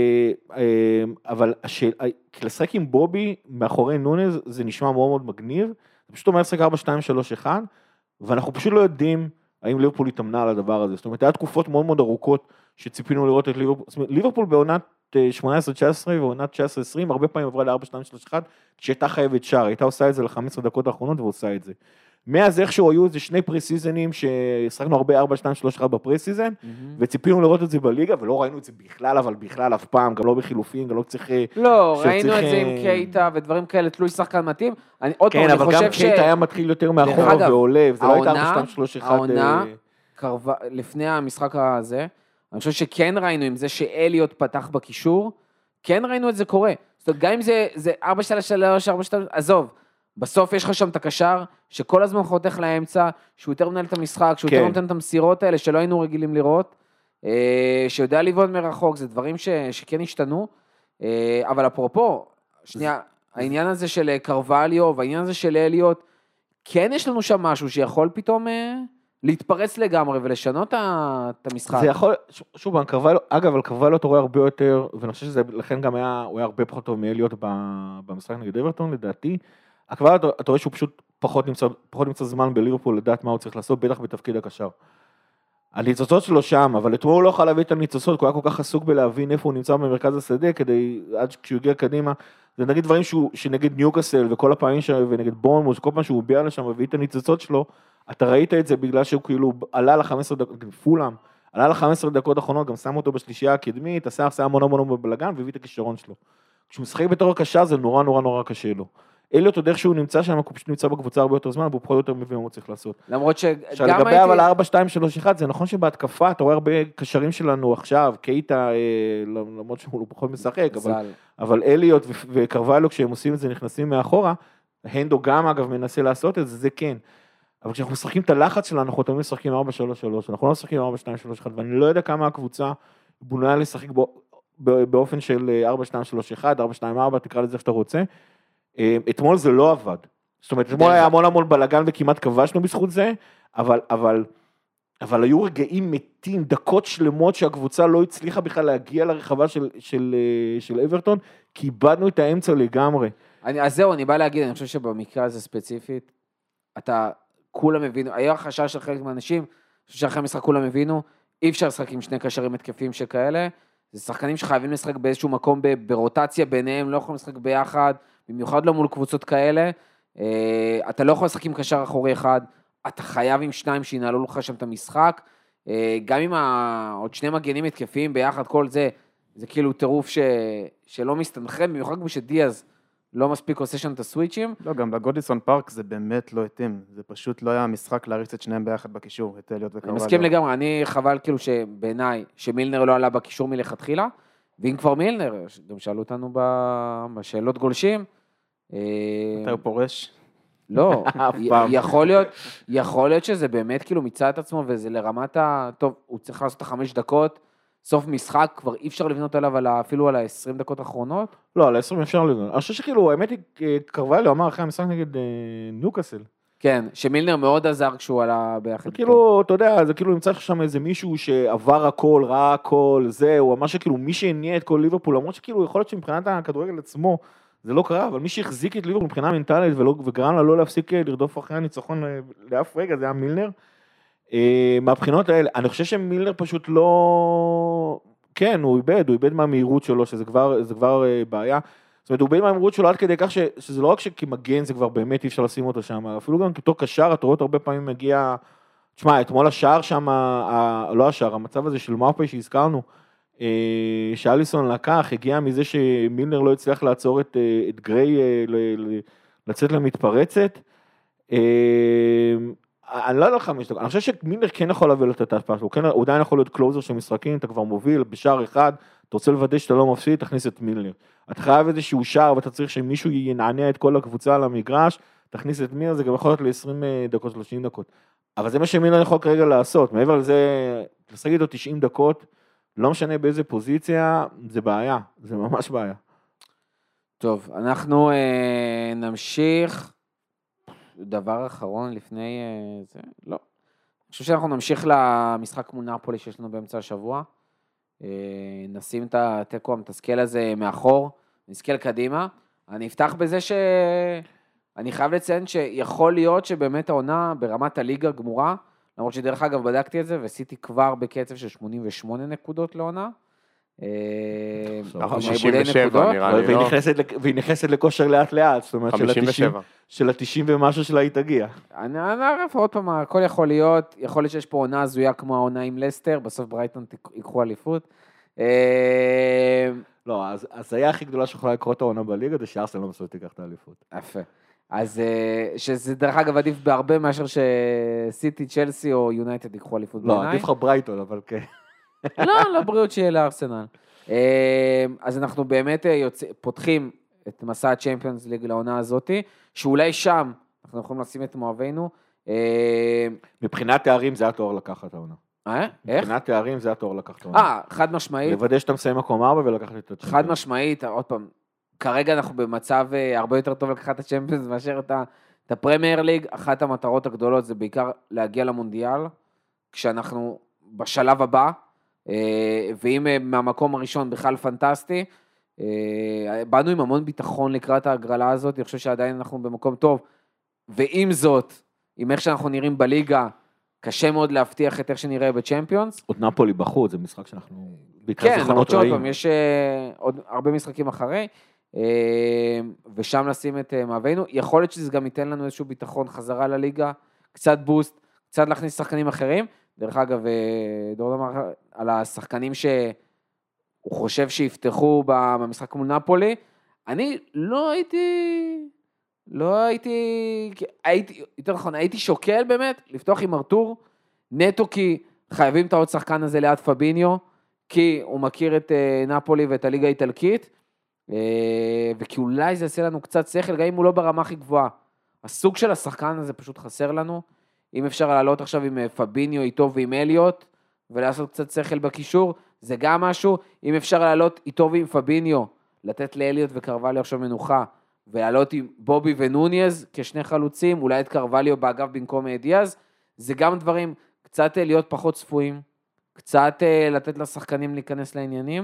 אבל לשחק עם בובי מאחורי נונז, זה נשמע מאוד מאוד מגניב, זה פשוט אומר לשחק ארבע שתיים שלוש אחת, ואנחנו פשוט לא יודעים האם ליברפול התאמנה על הדבר הזה, זאת אומרת, היה תקופות מאוד מאוד ארוכות, שציפינו לראות את ליברפול, זאת אומרת, ליברפול בעונת שמונה עשרה תשע עשרה ועונת תשע עשרה עשרים, הרבה פעמים עברה ל-ארבע שתיים שלוש אחת, כשהייתה חייבת שער, הייתה עושה את זה ל-חמש עשרה דקות האחרונות, ועושה את זה. מאז איכשהו היו איזה שני פרי-סיזנים, ששחקנו הרבה ארבע שתיים שלוש אחת בפרי-סיזן, וציפינו לראות את זה בליגה, ולא ראינו את זה בכלל, אבל בכלל אף פעם, גם לא בחילופין, גם לא צריך... לא, ראינו את זה עם קייטה ודברים כאלה, תלוי שחקן מתאים. עוד פעם, כן, אני אבל חושב גם ש... קייטה היה מתחיל יותר מאחורה ועולה, וזה לא הייתה ארבע שתיים שלוש אחת... העונה, לפני המשחק הזה, אני חושב שכן ראינו עם זה שאליוט פתח בקישור, כן ראינו את זה קורה. זאת אומרת, גם אם זה ארבע שלוש שלוש, ארבע שתיים, עזוב, בסוף יש לך שם את הקשר, שכל הזמן חותך לאמצע, שהוא יותר מנהל את המשחק, שהוא יותר נותן את המסירות האלה, שלא היינו רגילים לראות, שיודע לבעוט מרחוק, זה דברים ש, שכן השתנו, אבל אפרופו, שנייה, העניין הזה של קרווליו, והעניין הזה של אליוט, כן יש לנו שם משהו שיכול פתאום להתפרץ לגמרי, ולשנות את המשחק. זה יכול, שוב, קרווליו, אגב, על קרווליו אתה רואה הרבה יותר, ואני חושב שזה, לכן גם היה, הוא היה הרבה פחות טוב מאליוט במשחק נגד אברטון, לדעתי, הקרווליו, אתה רואה שהוא פשוט פחות נמצא, פחות נמצא זמן בליברפול לדעת מה הוא צריך לעשות, בטח בתפקיד הקשר. הניצוצות שלו שם, אבל אתמול הוא לא יכול להביא את הניצוצות, כי הוא היה כל כך עסוק בלהבין איפה הוא נמצא במרכז השדה, כדי, עד כשהוא הגיע קדימה, זה נגיד דברים שהוא, שנגד ניוקאסל, וכל הפעמים שלו, ונגד בורנמוס, כל פעם שהוא ביע לשם, והביא את הניצוצות שלו, אתה ראית את זה בגלל שהוא כאילו עלה ל-חמש עשרה דקות, פולאם, עלה ל-חמש עשרה דקות האחרונות, גם שם אותו בשלישייה הקדמית, עשה עשה המון המון בבלגן, והביא את הכישרון שלו. כשהוא משחק בתור הקשר, זה נורא נורא נורא קשה לו. אליוט, עוד איך שהוא נמצא שם, הוא פשוט נמצא בקבוצה הרבה יותר זמן, והוא פחות יותר מבין מה הוא צריך לעשות. למרות שגם הייתי... לגבי אבל ארבע שתיים שלוש אחת, זה נכון שבהתקפה, אתה רואה הרבה קשרים שלנו עכשיו, קייטה, למרות שהוא פחות משחק, אבל, אבל אליוט וקרווליו, כשהם עושים את זה, נכנסים מאחורה, הנדו גם אגב מנסה לעשות את זה, זה כן. אבל כשאנחנו משחקים את הלחץ שלנו, אנחנו תמיד משחקים ארבע שלוש שלוש, אנחנו לא משחקים ארבע שתיים שלוש אחת, ואני לא יודע כמה הקבוצה בונה לשחק באופן של ארבע שתיים שלוש אחת, ארבע שתיים ארבע, תקרא לזה שאתה רוצה. אתמול זה לא עבד. זאת אומרת, אתמול היה המון המון בלגן וכמעט כבשנו בזכות זה, אבל, אבל, אבל היו רגעים מתים, דקות שלמות שהקבוצה לא הצליחה בכלל להגיע לרחבה של, של, של אברטון, כי איבדנו את האמצע לגמרי. אני, אז זהו, אני בא להגיד, אני חושב שבמקרה הזה ספציפית, אתה, כולם הבינו, היה חשש של חלק מהאנשים, אני חושב שאחרי המשחק כולם הבינו, אי אפשר לשחק עם שני קשרים התקפים שכאלה, זה שחקנים שחייבים לשחק באיזשהו מקום ברוטציה ביניהם, לא יכולים לשחק ביחד, במיוחד לא מול קבוצות כאלה, אתה לא יכול לשחק עם קשר אחורי אחד, אתה חייב עם שניים שינהלו לך שם את המשחק, גם עם עוד שני מגנים התקפיים ביחד, כל זה, זה כאילו טירוף ש... שלא מסתנכרן, במיוחד כמו שדיאז לא מספיק עושה שם את הסוויצ'ים. לא, גם בגודיסון פארק זה באמת לא התאים, זה פשוט לא היה משחק להריץ את שניהם ביחד בקישור, את אליוט וקרווליו. אני מסכים לגמרי, אני חבל כאילו שבעיניי, שמילנר לא עלה בקישור מלכתחילה, ואם כבר מילנר, גם שאלו אותנו בשאלות גולשים, אתה הוא פורש? לא, יכול להיות, יכול להיות שזה באמת כאילו מצא את עצמו, וזה לרמת ה... טוב, הוא צריך לעשות את החמש דקות, סוף משחק, כבר אי אפשר לבנות עליו על ה- אפילו על ה-עשרים דקות האחרונות? לא, על ה-עשרים אפשר לבנות. אני חושב שכאילו, האמת היא, קרווליו אמר אחרי המשחק נגד אה, ניוקאסל. כן, שמילנר מאוד עזר כשהוא עלה ביחד. זה כאילו, אתה יודע, זה כאילו נמצא שם איזה מישהו שעבר הכל, ראה הכל, זהו, אמר שכאילו מי שהניע את כל ליברפול, למרות שכאילו יכול להיות שמבחינת הכדורגל עצמו, זה לא קרה, אבל מי שהחזיק את ליברפול מבחינה מנטלית ולא, וגרם לה לא להפסיק לרדוף אחרי הניצחון לאף רגע, זה היה מילנר. מהבחינות האלה, אני חושב שמילנר פשוט לא, כן, הוא איבד, הוא איבד מהמהירות שלו, שזה כבר, זה כבר בעיה. זאת אומרת, הוא איבד מהמהירות שלו עד כדי כך ש, שזה לא רק שכמגן זה כבר באמת אי אפשר לשים אותו שם, אפילו גם כתור קשר, אתה רואה הרבה פעמים מגיע, תשמע, אתמול השער שם, ה, לא השער, המצב הזה של מאופי שהזכרנו, שאליסון לקח, הגיע מזה שמילנר לא הצליח לעצור את, את גריי לצאת למתפרצת. אני לא יודע לך חמש דקות, אני חושב שמילנר כן יכול להביא לו את ההשפעה שלו, הוא עדיין יכול להיות קלוזר של משחקים, אתה כבר מוביל בשער אחד, אתה רוצה לוודא שאתה לא מפסיד, תכניס את מילנר. אתה חייב איזשהו שער ואתה צריך שמישהו ינענע את כל הקבוצה על המגרש, תכניס את מילנר, זה גם יכול להיות ל-עשרים דקות, שלושים דקות. אבל זה מה שמילנר יכול כרגע לעשות, מעבר לזה, לשחק איתו תשעים דקות, לא משנה באיזה פוזיציה, זה בעיה, זה ממש בעיה. טוב, אנחנו אה, נמשיך, דבר אחרון לפני אה, זה, לא. אני חושב שאנחנו נמשיך למשחק מול נאפולי שיש לנו באמצע השבוע, אה, נשים את התיקו המתסכל הזה מאחור, נסכל קדימה, אני אפתח בזה ש... אני חייב לציין שיכול להיות שבאמת העונה ברמת הליגה גמורה, למרות שדרך אגב בדקתי את זה, ועשיתי כבר בקצב של שמונים ושמונה נקודות לעונה. שישים ושבע נראה לי, לא? והיא נכנסת לכושר לאט לאט, זאת אומרת של ה-תשעים ומשהו שלה היא תגיע. אני אערף עוד פעם, הכל יכול להיות, יכול להיות שיש פה עונה הזויה כמו העונה עם לסטר, בסוף ברייטון ייקחו אליפות. לא, אז היה הכי גדולה שיכולה לקרות את העונה בליגה, זה שארסנל לא מסוים תיקח את האליפות. יפה. אז שזה דרך אגב עדיף בהרבה מאשר שסיטי, צ'לסי או יונייטד יקחו אליפות בעיניי. לא, עדיף לך ברייטון, אבל כן. לא, לבריאות שיהיה לארסנל. אז אנחנו באמת פותחים את מסע הצ'מפיונס ליג לעונה הזאת, שאולי שם אנחנו יכולים לשים את מואבינו. מבחינת תארים זה התואר לקחת העונה. אה? איך? מבחינת תארים זה התואר לקחת העונה. אה, חד משמעית. לוודא שאתה מסיים מקום ארבע ולקחת את הצ'מפיונס. חד משמעית, עוד פעם, כרגע אנחנו במצב הרבה יותר טוב לקחת את הצ'מפיונס מאשר את הפרמייר ליג. אחת המטרות הגדולות זה בעיקר להגיע למונדיאל, כשאנחנו בשלב הבא, ואם מהמקום הראשון בכלל פנטסטי, באנו עם המון ביטחון לקראת ההגרלה הזאת, אני חושב שעדיין אנחנו במקום טוב, ועם זאת, עם איך שאנחנו נראים בליגה, קשה מאוד להבטיח את איך שנראה בצ'מפיונס. עוד נאפולי בחוץ, זה משחק שאנחנו... כן, למרות שעוד פעם, יש עוד הרבה משחקים אחרי, ושם לשים את מאבינו, יכול להיות שזה גם ייתן לנו איזשהו ביטחון חזרה לליגה, קצת בוסט, קצת להכניס שחקנים אחרים, דרך אגב, דור אמר על השחקנים שהוא חושב שיפתחו במשחק מול נאפולי, אני לא הייתי, לא הייתי, הייתי, יותר נכון, הייתי שוקל באמת לפתוח עם ארתור, נטו כי חייבים את העוד שחקן הזה ליד פביניו, כי הוא מכיר את נאפולי ואת הליגה האיטלקית, וכי אולי זה יעשה לנו קצת שכל, גם אם הוא לא ברמה הכי גבוהה. הסוג של השחקן הזה פשוט חסר לנו, אם אפשר לעלות עכשיו עם פביניו איתו ועם אליוט, ולעשות קצת שכל בקישור, זה גם משהו, אם אפשר לעלות איתו ועם פביניו, לתת לאליוט וקרווליו עכשיו מנוחה, ולעלות עם בובי ונוניז כשני חלוצים, אולי את קרווליו באגב במקום דיאז, זה גם דברים, קצת להיות פחות צפויים, קצת לתת לשחקנים להיכנס לעניינים,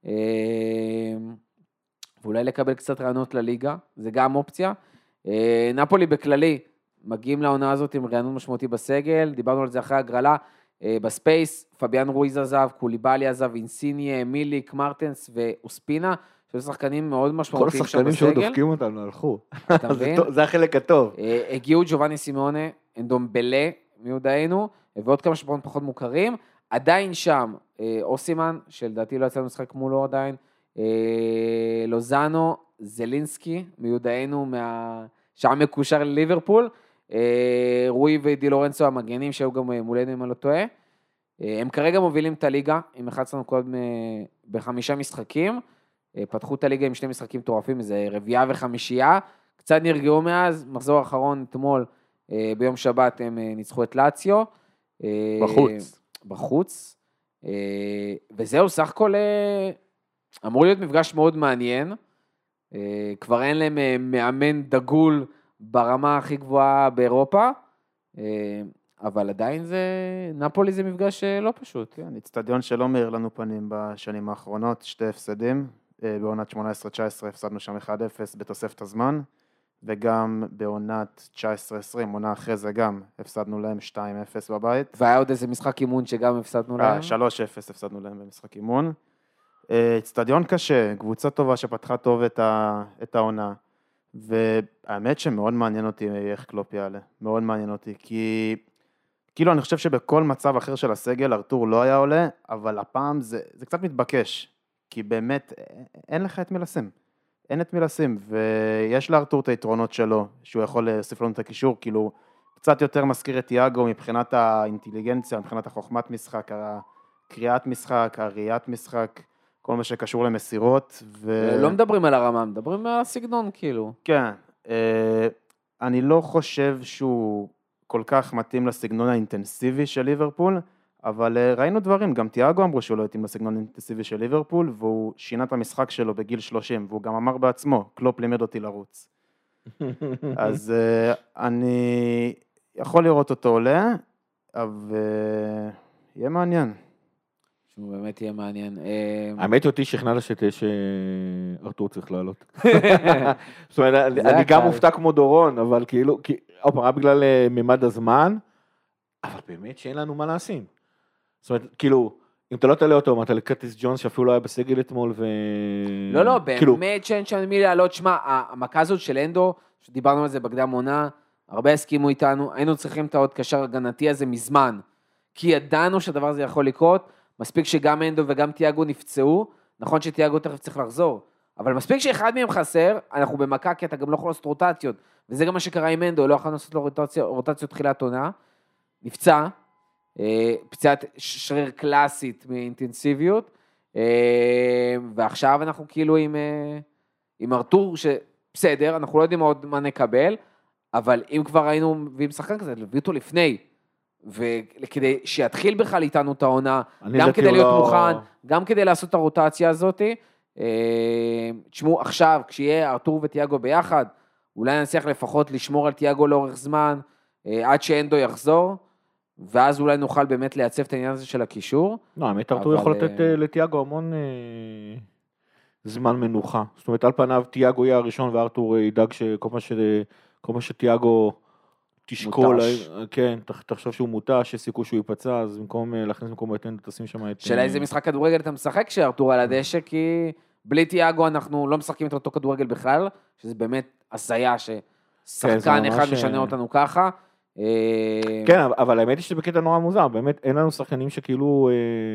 ואולי לקבל קצת רעיונות לליגה, זה גם אופציה. נאפולי בכללי, מגיעים לעונה הזאת עם רענון משמעותי בסגל, דיברנו על זה אחרי הגרלה, בספייס, פביאן רויז עזב, קוליבאלי עזב, אינסיניה, מיליק, מרטנס ואוספינה, שזה שחקנים מאוד משמעותיים שם בסגל. כל השחקנים שעוד דופקים אותנו הלכו, אתה מבין? זה החלק הטוב. הגיעו ג'ובאני סימונה, אנדומבלה, מיודענו, ועוד כמה שפחות פחות מוכרים, עדיין שם, אוסימן, שלדעתי לא יצא משחק מולו עדיין, לוזאנו, זלינסקי, מיודענו מה... שם מקושר לליברפול, רוי ודי לורנצו המגנים שהיו גם מולנו אם אני לא טועה, הם כרגע מובילים את הליגה, עם אחד עשרה נקודות בחמישה משחקים, פתחו את הליגה עם שני משחקים טורפים, זה רביעייה וחמישייה, קצת נרגעו מאז, מחזור האחרון אתמול, ביום שבת הם ניצחו את לאציו, בחוץ. בחוץ, וזהו, סך הכל אמור להיות מפגש מאוד מעניין, כבר אין להם מאמן דגול ברמה הכי גבוהה באירופה, אבל עדיין זה, נפולי זה מפגש לא פשוט. כן, אצטדיון שלא מאיר לנו פנים בשנים האחרונות, שתי הפסדים, בעונת שמונה עשרה תשע עשרה הפסדנו שם אחד אפס בתוספת הזמן, וגם בעונת תשע עשרה עשרים, עונה אחרי זה גם, הפסדנו להם שתיים אפס בבית. והיה עוד איזה משחק אימון שגם הפסדנו להם? שלוש אפס הפסדנו להם במשחק אימון. אצטדיון קשה, קבוצה טובה שפתחה טוב את, ה, את העונה, והאמת שמאוד מעניין אותי איך קלופ יעלה, מאוד מעניין אותי, כי כאילו אני חושב שבכל מצב אחר של הסגל, ארתור לא היה עולה, אבל הפעם זה, זה קצת מתבקש, כי באמת אין לך את מי לשים, אין את מי לשים, ויש לארתור את היתרונות שלו, שהוא יכול להוסיף לנו את הקישור, כאילו קצת יותר מזכיר את יאגו מבחינת האינטליגנציה, מבחינת החוכמת משחק, הקריאת משחק, הראיית משחק, כל מה שקשור למסירות. ו... לא מדברים על הרמה, מדברים על הסגנון כאילו. כן, אני לא חושב שהוא כל כך מתאים לסגנון האינטנסיבי של ליברפול, אבל ראינו דברים, גם תיאגו אמרו שהוא לא התאים לסגנון האינטנסיבי של ליברפול, והוא שינה את המשחק שלו בגיל שלושים, והוא גם אמר בעצמו, קלופ לימד אותי לרוץ. אז אני יכול לראות אותו עולה, אבל יהיה מעניין. שהוא באמת יהיה מעניין. האמת אותי שכנעת שארתור צריך לעלות. זאת אומרת, אני גם מופתע כמו דורון, אבל כאילו, עוד פעם, רק בגלל ממד הזמן, אבל באמת שאין לנו מה לעשים. זאת אומרת, כאילו, אם אתה לא תעלה אותו, אתה לקרטיס ג'ונס שאפילו לא היה בסגל אתמול, ו... לא, לא, באמת שאין שם מי לעלות. שמע, המכה הזאת של אנדו, שדיברנו על זה בקדם עונה, הרבה הסכימו איתנו, היינו צריכים את העוד קשר הגנתי הזה מזמן, כי ידענו שהדבר הזה יכול לקרות, מספיק שגם אנדו וגם תיאגו נפצעו, נכון שתיאגו תכף צריך לחזור, אבל מספיק שאחד מהם חסר, אנחנו במכה, כי אתה גם לא יכול לעשות רוטציות, וזה גם מה שקרה עם אנדו, לא יכולנו לעשות לו רוטציות, רוטציות תחילת עונה, נפצע, פציעת שריר קלאסית מאינטנסיביות, ועכשיו אנחנו כאילו עם, עם ארתור, שבסדר, אנחנו לא יודעים עוד מה נקבל, אבל אם כבר היינו מביאים שחקן כזה, להביא אותו לפני, וכדי שיתחיל בכלל איתנו את העונה, גם כדי להיות לא... מוכן, גם כדי לעשות את הרוטציה הזאת, תשמעו, עכשיו, כשיהיה ארתור ותיאגו ביחד, אולי נצליח לפחות לשמור על תיאגו לאורך זמן, עד שאנדו יחזור, ואז אולי נוכל באמת לייצב את העניין הזה של הקישור. לא, האמת, ארתור יכול לתת לתיאגו המון זמן מנוחה. זאת אומרת, על פניו תיאגו יהיה הראשון, וארתור ידאג שכל מה שתיאגו תשקול, כן, תחשוב שהוא מוטש, יש סיכוי שהוא ייפצע, אז במקום להכניס במקום את תשים שם את... שאלה איזה משחק כדורגל אתה משחק כשארתור על הדשא, כי בלי תיאגו אנחנו לא משחקים את אותו כדורגל בכלל, שזה באמת עשייה ששחקן אחד משנה אותנו ככה. כן, אבל האמת היא שזה בקטע נורא מוזר, באמת אין לנו שחקנים שכאילו,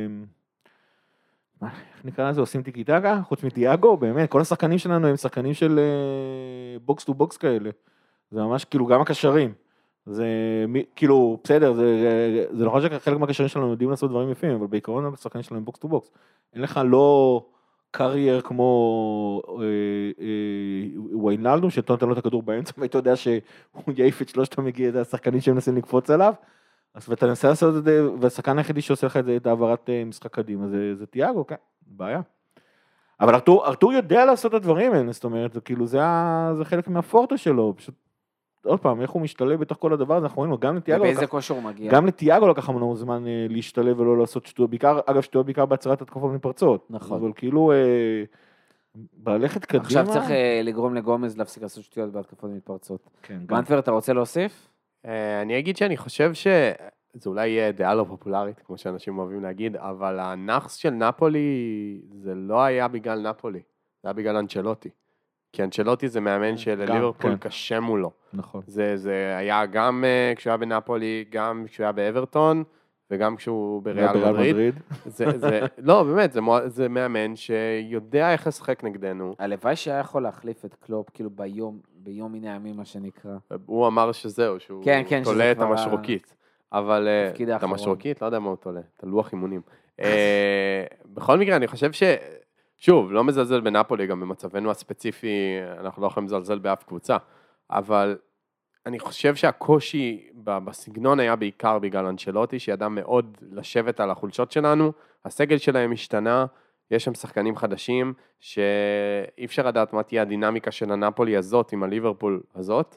איך נקרא לזה, עושים טיקי טקה, חוץ מתיאגו, באמת, כל השחקנים שלנו הם שחקנים של בוקס טו בוקס כאלה, זה ממש כאילו גם הקשרים, זה כאילו, בסדר, זה נכון שחלק מהקשרים שלנו יודעים לעשות דברים יפים, אבל בעיקרון השחקנים שלנו הם בוקס טו בוקס, אין לך לא קרייר כמו וויינלדום, שתונתן לו את הכדור באמצע, ואתה יודע שהוא יעיף את שלושת המגיע, השחקנים שהם מנסים לקפוץ עליו, אז ואתה ננסה לעשות את זה, והשחקן היחידי שעושה לך את העברת משחק קדימה, זה תיאגו, כן, בעיה. אבל ארתור יודע לעשות את הדברים האלה, זאת אומרת, כאילו זה חלק מהפורטה שלו, פשוט, עוד פעם, איך הוא משתלב בתוך כל הדבר הזה, אנחנו רואים לו, גם לתיאגו, ובאיזה כושר הוא מגיע. גם לתיאגו לקח המון זמן להשתלב ולא לעשות שטויות, בעיקר, אגב, שטויות בעיקר בהצהרת התקופות מפרצות. נכון. אבל כאילו, בהלכת קדימה. עכשיו צריך לגרום לגומז להפסיק לעשות שטויות בהתקפות מתפרצות. מנטבר, אתה רוצה להוסיף? אני אגיד שאני חושב שזה אולי יהיה דעה לא פופולרית, כמו שאנשים אוהבים להגיד, אבל הנחס של נפולי, זה לא היה בגלל נפולי, זה היה בגלל אנצ'לוטי. כי אנצ'לוטי זה מאמן של ליברפול קשה מולו. נכון. זה, זה היה גם uh, כשהוא היה בנפולי, גם כשהוא היה באברטון, וגם כשהוא בריאל מדריד. זה, זה, לא, באמת, זה, זה מאמן שיודע איך לשחק נגדנו. הלוואי שהיה יכול להחליף את קלופ, כאילו ביום, ביום מיני ימים, מה שנקרא. הוא אמר שזהו, שהוא כן, כן, תולה את המשרוקית. אבל uh, את המשרוקית, לא יודע מה הוא תולה, את הלוח אימונים. uh, בכל מקרה, אני חושב ש... שוב, לא מזלזל בנפולי, גם במצבנו הספציפי, אנחנו לא יכולים לזלזל באף קבוצה, אבל אני חושב שהקושי בסגנון היה בעיקר בגלל אנצ'לוטי, שידע מאוד לשבת על החולשות שלנו, הסגל שלהם השתנה, יש שם שחקנים חדשים, שאי אפשר לדעת מה תהיה הדינמיקה של הנאפולי הזאת עם הליברפול הזאת,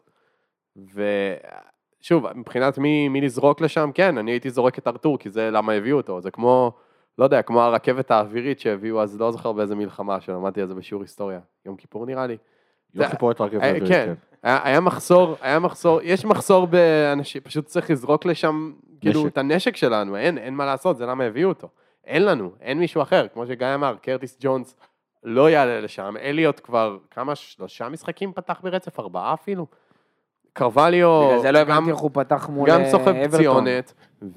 ושוב, מבחינת מי, מי לזרוק לשם, כן, אני הייתי זורק את ארתור, כי זה למה הביאו אותו, זה כמו, לא יודע, כמו הרכבת האווירית שהביאו, אז לא זוכר באיזה מלחמה, שלמדתי על זה בשיעור היסטוריה, יום כיפור נראה לי. יום כיפור את הרכבת האווירית, כן. היה מחסור, היה מחסור, יש מחסור באנשים, פשוט צריך לזרוק לשם, כאילו, את הנשק שלנו, אין, אין מה לעשות, זה למה הביאו אותו. אין לנו, אין מישהו אחר, כמו שגיא אמר, קרטיס ג'ונס לא יעלה לשם, אליוט כבר כמה, שלושה משחקים פתח ברצף, ארבעה אפילו. קרווליו, בגלל זה לא הבנתי איך הוא פתח מול גם סוחב אברטון. פציונת,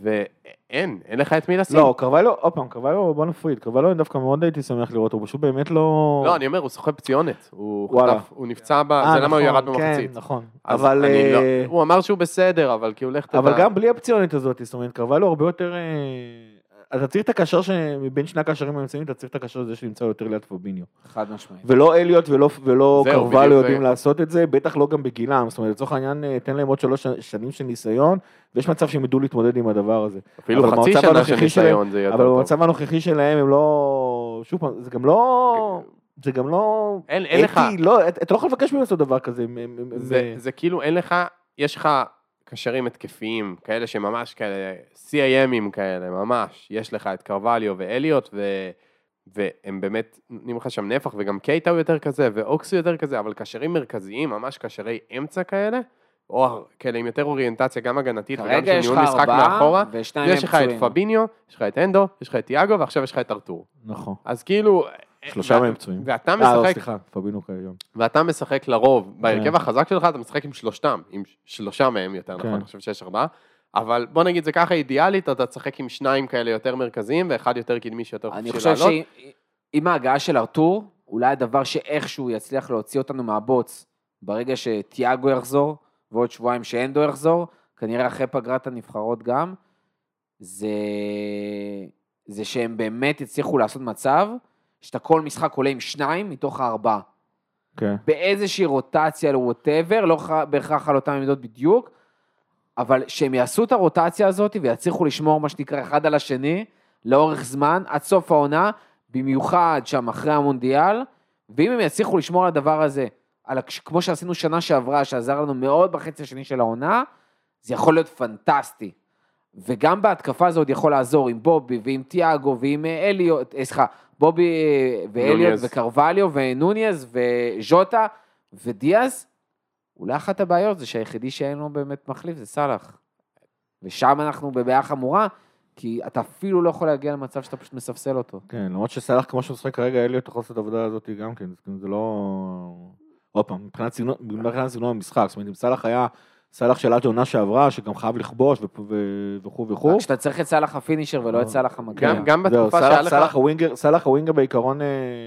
ואין, אין לך את מי לשים. לא, קרווליו, עוד פעם, קרווליו, בוא נפריד, קרווליו דווקא מאוד הייתי שמח לראות, הוא פשוט באמת לא... לא, אני אומר, הוא סוחב פציונת, הוא וואלה. חטף, הוא נפצע בה, זה למה הוא ירד במחצית. כן, נכון, אז אבל... אני לא- אה, הוא אמר שהוא בסדר, אבל כי הוא הולך... אבל גם בלי הפציונת הזאת, זאת אומרת, קרווליו הרבה יותר... אה, אתה צריך את הקשר שמבין שני הקשרים האמצעים, אתה צריך את הקשר הזה שנמצא יותר ליד פביניו. חד משמעית. ולא אליוט ולא, ולא זהו, קרווליו בדיוק יודעים זה. לעשות את זה, בטח לא גם בגילם, זאת אומרת, לצורך העניין, תן להם עוד שלוש שנים של ניסיון, ויש מצב שהם ידעו להתמודד עם הדבר הזה. אפילו אבל חצי במצב שנה הנוכחי של ניסיון זה אבל יותר טוב. במצב הנוכחי שלהם הם לא, שוב פעם, זה גם לא, זה גם לא, אין- אין לך. אתי, לא, אתה לא יכול לבקש ממנו לעשות דבר כזה. הם- הם- הם- זה, זה כאילו אין לך, יש לך קשרים התקפיים, כאלה שממש כאלה, סי איי אמים כאלה, ממש, יש לך את קרווליו ואליוט, ו, והם באמת נותנים לך שם נפח, וגם קייטה הוא יותר כזה, ואוקסי יותר כזה, אבל קשרים מרכזיים, ממש קשרי אמצע כאלה, או כאלה עם יותר אוריינטציה, גם הגנתית, וגם כרגע של יש לך ניהול משחק ארבעה, מאחורה, ושניים הם יש לך את פצועים. פביניו, יש לך את אנדו, יש לך את תיאגו, ועכשיו יש לך את ארתור. נכון. אז כאילו... שלושה ואת- מהם פצועים. ואתה אה, לא, משחק סליחה, פבינו כיום. ואתה משחק לרוב, בהרכב כן. החזק שלך אתה משחק עם שלושתם, עם שלושה מהם יותר נכון, כן. אני חושב שיש ארבעה, אבל בוא נגיד זה ככה אידיאלית, אתה תשחק עם שניים כאלה יותר מרכזיים, ואחד יותר קדמי שיותר אני חופשי חושב לעלות. שעם ההגעה של ארתור, אולי הדבר שאיכשהו יצליח להוציא אותנו מהבוץ, ברגע שתיאגו יחזור, ועוד שבועיים שאנדו יחזור, כנראה אחרי פגרת הנבחרות גם, זה, זה שהם באמת יצליחו לעשות מצב, שאתה כל משחק עולה עם שניים מתוך הארבעה. כן. באיזושהי רוטציה לווטאבר, לא בהכרח על אותם עמדות בדיוק, אבל שהם יעשו את הרוטציה הזאת ויצליחו לשמור מה שנקרא אחד על השני, לאורך זמן, עד סוף העונה, במיוחד שם אחרי המונדיאל, ואם הם יצליחו לשמור על הדבר הזה, על, כמו שעשינו שנה שעברה, שעזר לנו מאוד בחצי השני של העונה, זה יכול להיות פנטסטי. וגם בהתקפה זה עוד יכול לעזור עם בובי ועם תיאגו ועם אליוט, סליחה, בובי ואליוט נוניאז. וקרווליו ונוניאז וז'וטה ודיאז, אולי אחת הבעיות זה שהיחידי שאין לו באמת מחליף זה סלח. ושם אנחנו בבעיה חמורה, כי אתה אפילו לא יכול להגיע למצב שאתה פשוט מספסל אותו. כן, למרות שסלח כמו שהוא משחק כרגע, אליוט יכול לעשות את העבודה הזאת גם כן, זה לא... עוד פעם, מבחינת סגנון, מבחינת סגנון המשחק, זאת אומרת, אם סלח היה סלח של עד העונה שעברה, שגם חייב לכבוש וכו' וכו'. רק שאתה צריך את סלח הפינישר ולא את סלח המגן. גם, גם זהו, בתקופה סלח- שהיה לך... סלח הווינגר, סלח הווינגר בעיקרון, אה,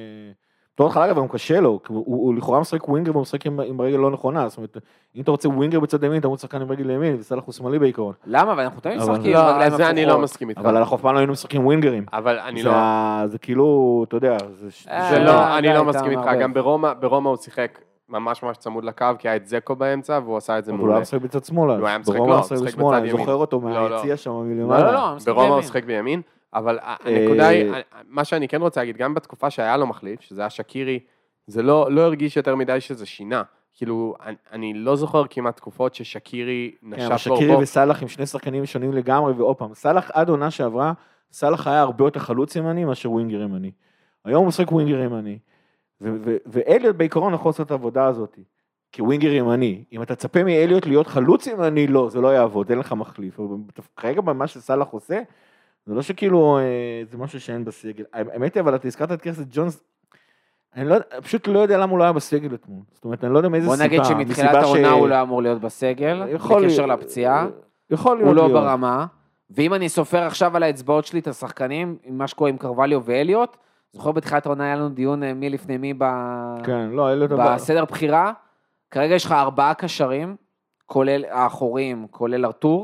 בתור התחלה אגב, הוא קשה לו, הוא- הוא לכאורה משחק ווינגר, והוא משחק עם עם רגל לא נכונה, זאת אומרת, אם אתה רוצה ווינגר בצד ימין, אתה רוצה שחקן עם רגל ימין, וסלח הוא שמאלי בעיקרון. למה? אבל אנחנו תמיד אבל- משחקים עם לא, רגליים זה אני לא הפוכות. מסכים איתך. אבל אנחנו אף פעם לא היינו משחקים ווינגרים. אבל אני זה לא... ה- זה כאילו, אתה יודע, זה... אה, זה זה לא, אה, אני די, לא אתה מסכים איתך, מערבב. גם ברומא, ברומא הוא שיחק ממש ממש צמוד לקו, כי היה את זקו באמצע, והוא עשה את זה אבל הוא מעולה. היה משחק בצד שמאלה. הוא היה משחק, ברומא לא, הוא משחק משחק בשמאלה, בצד אני ימין. זוכר אותו לא, מהיציע לא. שם לא, מלמעלה. לא, לא, הוא משחק ברומא הוא בימין. משחק בימין, אבל הנקודה היא, מה שאני כן רוצה להגיד, גם בתקופה שהיה לו מחליף, שזה היה שקירי, זה לא, לא הרגיש יותר מדי שזה שינה. כאילו, אני, אני לא זוכר כמעט תקופות ששקירי כן, נשף אבל בו. שקירי וסלח עם שני שחקנים שונים לגמרי, ועוד פעם, סלח עד עונה שעברה, סלח היה הרבה יותר חלוץ ימני מאשר ווינגר ימני. היום הוא משחק ווינגר ימני, ו- ו- ואליוט בעיקרון יכול לעשות את העבודה הזאת, כווינגר ימני. אם אתה תצפה מאליוט להיות חלוץ ימני, לא, זה לא יעבוד, אין לך מחליף. אבל כרגע במה שסלח עושה, זה לא שכאילו, אה, זה משהו שאין בסגל. האמת היא, אבל אתה הזכרת את קרטיס ג'ונס, אני לא, פשוט לא יודע למה הוא לא היה בסגל אתמול. זאת אומרת, אני לא יודע מאיזה בוא סיבה. נגיד שמתחילת מסיבה העונה ש- הוא לא אמור להיות בסגל, יכול בקשר להיות- לפציעה, יכול להיות הוא לא להיות. ברמה, ואם אני סופר עכשיו על האצבעות שלי את השחקנים, עם מה שקורה עם קרווליו ואליוט, זוכר בתחילת העונה היה לנו דיון אה, מי לפני מי ב- כן, לא, אלה דבר. בסדר בחירה, כרגע יש לך ארבעה קשרים, כולל האחורים, כולל ארתור,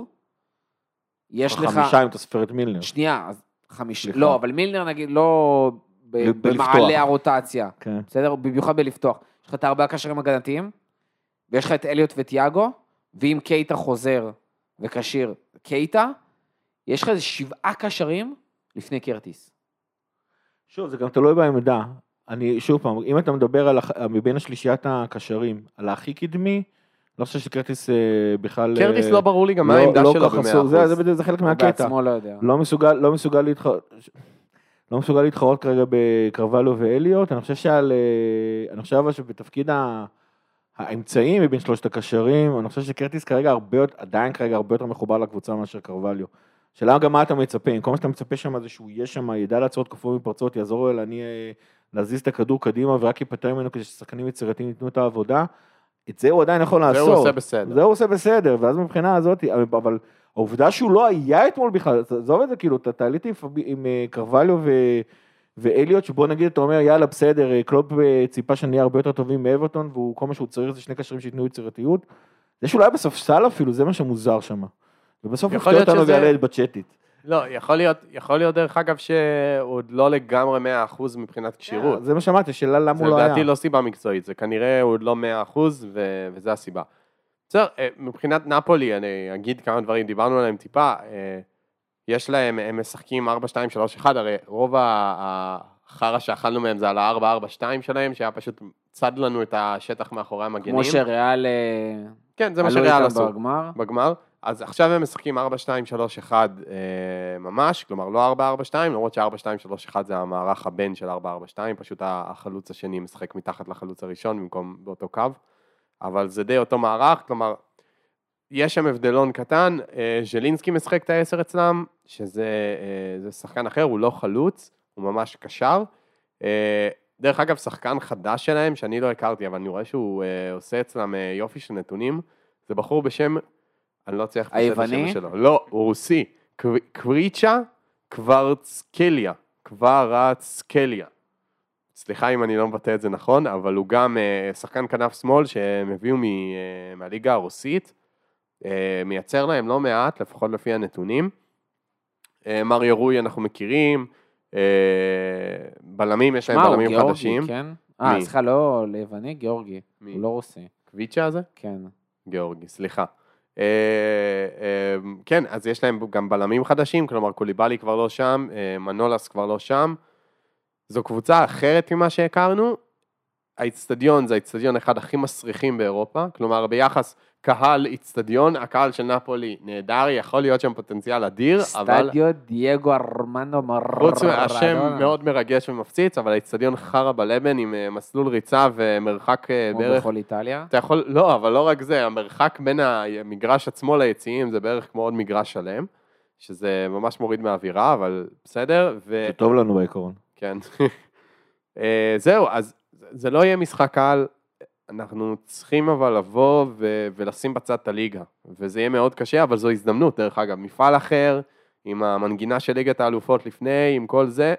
יש לך... חמישה אם אתה סופר את מילנר. שנייה, אז חמישה, סליחה. לא, אבל מילנר נגיד לא ב- ב- בלפתוח. במעלה הרוטציה, כן. בסדר? במיוחד בלפתוח. יש לך את הארבעה קשרים הגנתיים, ויש לך את אליוט וטיאגו, ואם קייטה חוזר וקשיר קייטה, יש לך איזה שבעה קשרים לפני קרטיס. שוב, זה גם תלוי בעמדה. אני, שוב פעם, אם אתה מדבר על, מבין השלישיית הקשרים, על הכי קדמי, לא חושב שקרטיס בכלל... קרטיס לא ברור לי גם מה העמדה שלו ב-מאה אחוז. זה, זה, זה חלק מהקטע. בעצמו לא יודע. לא מסוגל, לא מסוגל להתחרות, לא מסוגל להתחרות כרגע בקרבלו ואליוט. אני חושב שעל, אני חושב אבל שבתפקיד האמצעים מבין שלושת הקשרים, אני חושב שקרטיס כרגע הרבה, עדיין כרגע הרבה יותר מחובר לקבוצה מאשר קרבליו. שאלה גם מה אתה מצפה, אם כל מה שאתה מצפה שם זה שהוא יהיה שם, ידע לעצור תקפות מפרצות, יעזור לו אני להזיז את הכדור קדימה ורק ייפטר ממנו כדי ששחקנים יצירתיים ייתנו את העבודה, את זה הוא עדיין יכול לעשות. זה הוא עושה בסדר. זה הוא עושה בסדר, ואז מבחינה הזאת, אבל העובדה שהוא לא היה אתמול בכלל, עזוב את זה, כאילו, אתה עליתי עם קרבליו ואליוט, שבוא נגיד, אתה אומר, יאללה, בסדר, קלופ ציפה שנהיה הרבה יותר טובים מאברטון, והוא כל מה שהוא צריך זה שני קשרים שיתנו יצירתיות. זה שאולי בספסל אפילו, זה מה שמוזר שם. ובסוף יפתיע אותנו שזה... ויעלה בצ'אטית. לא, יכול להיות, יכול להיות דרך אגב שהוא עוד לא לגמרי מאה אחוז מבחינת קשירות. זה מה שאמרתי, שאלה למה הוא לא היה. זה לדעתי לא סיבה מקצועית, זה כנראה הוא עוד לא מאה אחוז ו... וזה הסיבה. בסדר, מבחינת נפולי, אני אגיד כמה דברים, דיברנו עליהם טיפה, יש להם, הם משחקים ארבע שתיים שלוש אחת, הרי רוב החרא שאכלנו מהם זה על ה-ארבע ארבע שתיים שלהם, שהיה פשוט צד לנו את השטח מאחורי המגנים. כמו שריאל... כן, זה מה שריאל עשו. בגמר. בגמר. אז עכשיו הם משחקים ארבע שתיים שלוש אחת אה, ממש, כלומר לא ארבע ארבע שתיים, למרות ש-ארבע שתיים שלוש אחת זה המערך הבן של ארבע ארבע שתיים, פשוט החלוץ השני משחק מתחת לחלוץ הראשון במקום באותו קו, אבל זה די אותו מערך, כלומר, יש שם הבדלון קטן, אה, ז'לינסקי משחק את העשר אצלם, שזה אה, זה שחקן אחר, הוא לא חלוץ, הוא ממש קשר, אה, דרך אגב, שחקן חדש שלהם, שאני לא הכרתי, אבל אני רואה שהוא אה, עושה אצלם אה, יופי של נתונים, זה בחור בשם... אני לא צריך לפשט את השם שלו. לא, הוא רוסי. קווריצ'ה קוורצקליה. קוורצקליה. סליחה אם אני לא מבטא את זה נכון, אבל הוא גם שחקן כנף שמאל שהם הביאו מהליגה הרוסית. מייצר להם לא מעט, לפחות לפי הנתונים. מריו רוי אנחנו מכירים. בלמים, יש להם בלמים חדשים. כן? אה, סליחה, לא לבני, גיאורגי. הוא לא רוסי. קוויצ'ה הזה? כן. גיאורגי, סליחה. כן, אז יש להם גם בלמים חדשים, כלומר קוליבאלי כבר לא שם, מנולס כבר לא שם, זו קבוצה אחרת ממה שהכרנו, האצטדיון זה האצטדיון אחד הכי מסריחים באירופה, כלומר ביחס קהל אצטדיון, הקהל של נפולי נהדר, יכול להיות שם פוטנציאל אדיר, אבל... סטדיו דייגו ארמנדו מרדונה. חוץ מהשם מאוד מרגש ומפציץ, אבל האצטדיון חרה בלבן עם מסלול ריצה ומרחק כמו בערך... בכל איטליה. אתה יכול... לא, אבל לא רק זה, המרחק בין המגרש עצמו ליציאים זה בערך כמו עוד מגרש שלם, שזה ממש מוריד מהאווירה, אבל בסדר. ו... זה טוב לנו בעיקרון. כן. זהו, אז זה לא יהיה משחק קל, אנחנו צריכים אבל לבוא ו- ולשים בצד את הליגה, וזה יהיה מאוד קשה, אבל זו הזדמנות, דרך אגב, מפעל אחר, עם המנגינה של ליגת האלופות לפני, עם כל זה,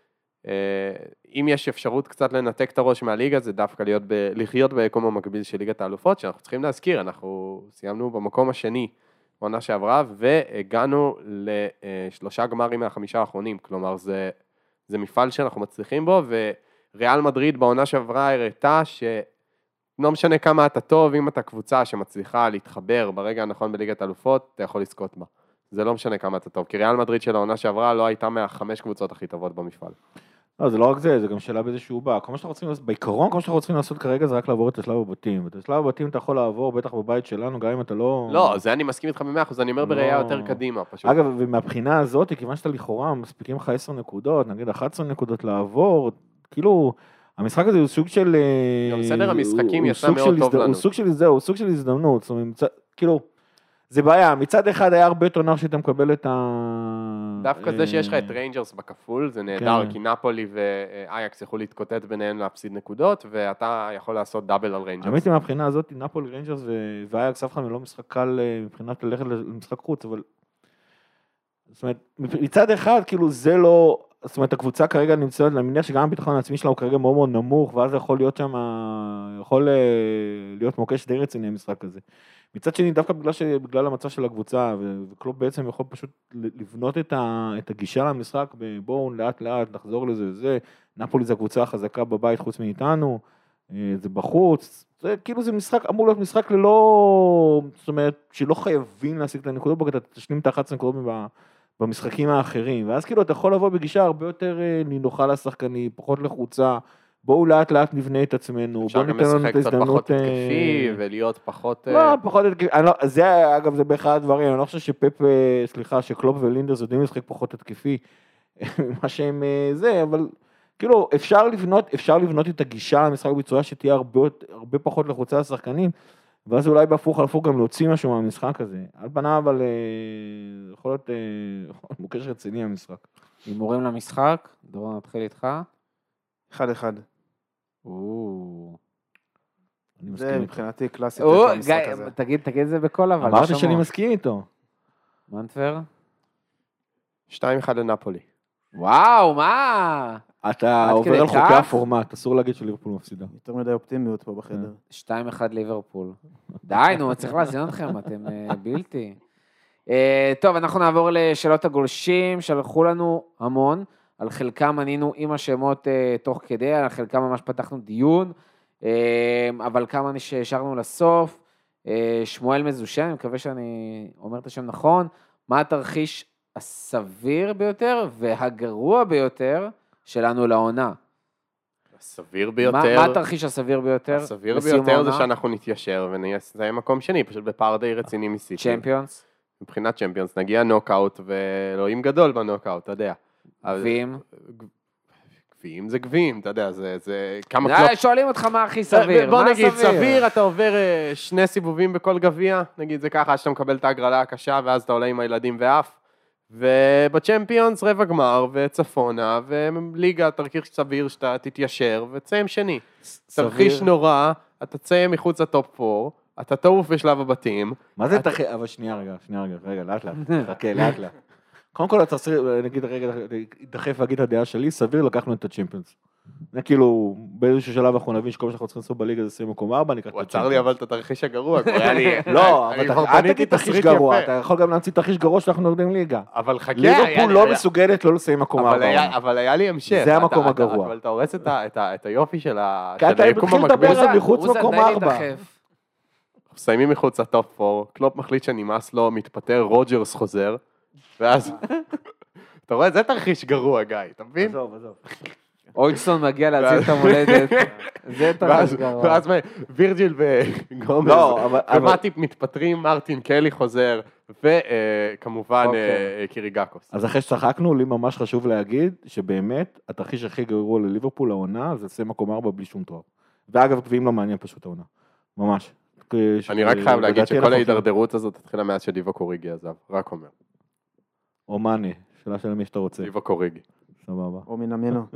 אם יש אפשרות קצת לנתק את הראש מהליגה, זה דווקא להיות ב- לחיות ביקום המקביל של ליגת האלופות, שאנחנו צריכים להזכיר, אנחנו סיימנו במקום השני, בעונה שעברה, והגענו לשלושה גמרים מהחמישה האחרונים, כלומר זה, זה מפעל שאנחנו מצליחים בו, וריאל מדריד בעונה שעברה הראתה ש... לא משנה כמה אתה טוב, אם אתה קבוצה שמצליחה להתחבר ברגע הנכון בליגת האלופות, אתה יכול לזכות בה. זה לא משנה כמה אתה טוב, כי ריאל מדריד של העונה שעברה לא הייתה מהחמש קבוצות הכי טובות במפעל. לא, זה לא רק זה, זה גם שאלה באיזשהו בא. כל מה שאנחנו רוצים לעשות, בעיקרון, כל מה שאנחנו רוצים לעשות כרגע זה רק לעבור את השלב הבתים. ואת השלב הבתים אתה יכול לעבור בטח בבית שלנו, גם אם אתה לא... לא, זה אני מסכים איתך במאה אחוז, אני אומר בראייה יותר קדימה, פשוט. אגב, ומהבחינה הזאת, כיוון שאתה לכאורה, מספיקים לך עשר נקודות, נגיד אחת עשרה נקודות לעבור, כאילו... המשחק הזה הוא סוג של... גם סדר המשחקים יצא מאוד טוב לנו. הוא סוג של זה, הוא סוג של הזדמנות, זאת אומרת, כאילו, זה בעיה, מצד אחד היה הרבה יותר נוח שאתה מקבל את ה... דווקא זה שיש לך את ריינג'רס בכפול, זה נהדר, כי נפולי ואייקס יכולו להתקוטט ביניהם להפסיד נקודות, ואתה יכול לעשות דאבל על ריינג'רס. האמת היא מהבחינה הזאת, נפולי, ריינג'רס ואייקס, אף אחד לא משחק קל מבחינת ללכת למשחק חוץ, אבל... זאת אומרת, מצד אחד, כאילו, זה לא... זאת אומרת, הקבוצה כרגע נמצאת, אני מניח שגם הביטחון העצמי שלה הוא כרגע מאוד מאוד נמוך, ואז יכול להיות שם, יכול להיות מוקש די רציני המשחק הזה. מצד שני, דווקא בגלל, ש, בגלל המצב של הקבוצה, וקלופ בעצם יכול פשוט לבנות את, ה, את הגישה למשחק, בואו לאט לאט, לחזור לזה וזה, נפולי זה הקבוצה החזקה בבית חוץ מאיתנו, זה בחוץ, זה כאילו זה משחק, אמור להיות משחק ללא, זאת אומרת, שלא חייבים להשיג את הנקודות, בו, אתה תשלים את אחת עשרה נקודות במשחקים האחרים, ואז כאילו אתה יכול לבוא בגישה הרבה יותר נינוחה לשחקני, פחות לחוצה, בואו לאט לאט נבנה את עצמנו, אפשר גם לשחק קצת פחות התקפי, ולהיות פחות... לא, פחות התקפי, זה אגב, זה באחד הדברים, אני לא חושב שפפ, סליחה, שקלופ ולינדרס יודעים לשחק פחות התקפי, מה שהם זה, אבל כאילו אפשר לבנות, אפשר לבנות את הגישה למשחק בצורה שתהיה הרבה, הרבה פחות לחוצה לשחקנים, ואז אולי בהפוך על הפוך גם להוציא משהו מהמשחק הזה. על פניו, אבל יכול להיות מוקש רציני המשחק. הימורים למשחק, דורון נתחיל איתך. אחד אחד. זה מבחינתי קלאסית במשחק הזה. תגיד, תגיד את זה בקול אבל. אמרתי שאני מסכים איתו. מנטבר? שתיים אחד לנפולי. וואו, מה? אתה עובר על חוקי הפורמט, אסור להגיד שליברפול מפסידה. יותר מדי אופטימיות פה בחדר. שתיים אחד ליברפול. די, נו, צריך להזין אתכם, אתם בלתי. טוב, אנחנו נעבור לשאלות הגולשים, שלחו לנו המון, על חלקם ענינו עם השמות תוך כדי, על חלקם ממש פתחנו דיון, אבל כמה שהשארנו לסוף. שמואל מזושן, אני מקווה שאני אומר את השם נכון, מה התרחיש הסביר ביותר והגרוע ביותר שלנו לעונה? הסביר ביותר... מה, מה התרחיש הסביר ביותר? הסביר ביותר זה שאנחנו נתיישר ונייסה מקום שני, פשוט בפער די רציני מסיטי. צ'מפיונס? מבחינת צ'מפיונס, נגיע נוקאוט ואלוהים גדול בנוקאוט, אתה יודע. גביעים? גביעים זה גביעים, אתה יודע, זה... זה כמה קלופ... שואלים אותך מה הכי סביר, בוא מה נגיד, סביר? סביר, אתה עובר שני סיבובים בכל גביע, נגיד זה ככה, שאתה מקבל את ההגרלה הקשה, ואז אתה עולה עם הילדים ואף, ובצ'מפיונס רבע גמר, וצפונה, וליגה, תרחיש סביר שאתה תתיישר, וצאים שני. תרחיש נורא, אתה צאים מחוץ לטופ ארבע, אתה תעוף בשלב הבתים. מה זה תרחיש? אבל שנייה רגע, שנייה רגע, רגע, לאט לאט, חכה, לאט לאט. קודם כל, אתה צריך, נגיד, רגע, דחף להגיד את הדעה שלי, סביר לקחנו את הצ'מפיונס. זה כאילו, באיזשהו שלב אנחנו נבין שכל מה שאנחנו צריכים לעשות בליגה זה עשרים מקום ארבע, ניקח את הצ'מפיונס. הוא עצר לי אבל את התרחיש הגרוע. לא, אבל אל תגיד תרחיש גרוע, אתה יכול גם להמציא תרחיש גרוע שאנחנו יורדים ליגה. אבל חכה. ליברפול לא מסוגלת לא לסיים מקום ארבע. אבל היה לי המשך. זה המקום הגרוע. אבל אתה הורס את היופי של אתה מתחיל לדבר על מחוץ מקום ארבע. מסיימים מחוץ לטופ ארבע, קלופ מחליט שנמאס לו, מתפטר, רוג'רס חוזר, ואז, אתה רואה, זה תרחיש גרוע, גיא, אתה מבין? עזוב, עזוב. אוידסון מגיע להציל את המולדת, זה תרחיש גרוע. ואז וירג'יל וגומז, ומטיפ מתפטרים, מרטין קלי חוזר, וכמובן קיריגקוס. אז אחרי שצחקנו, לי ממש חשוב להגיד, שבאמת, התרחיש הכי גרוע לליברפול העונה, זה לסיים מקום ארבע בלי שום תואר. ואגב, גביעים לא מעניין פשוט העונה. ממש. אני רק חייב להגיד שכל ההידרדרות הזאת התחילה מאז שדיווק אוריגי עזב, רק אומר. או מאני, שאלה של מי שאתה רוצה. דיווק אוריגי. סבבה. או מינמינו.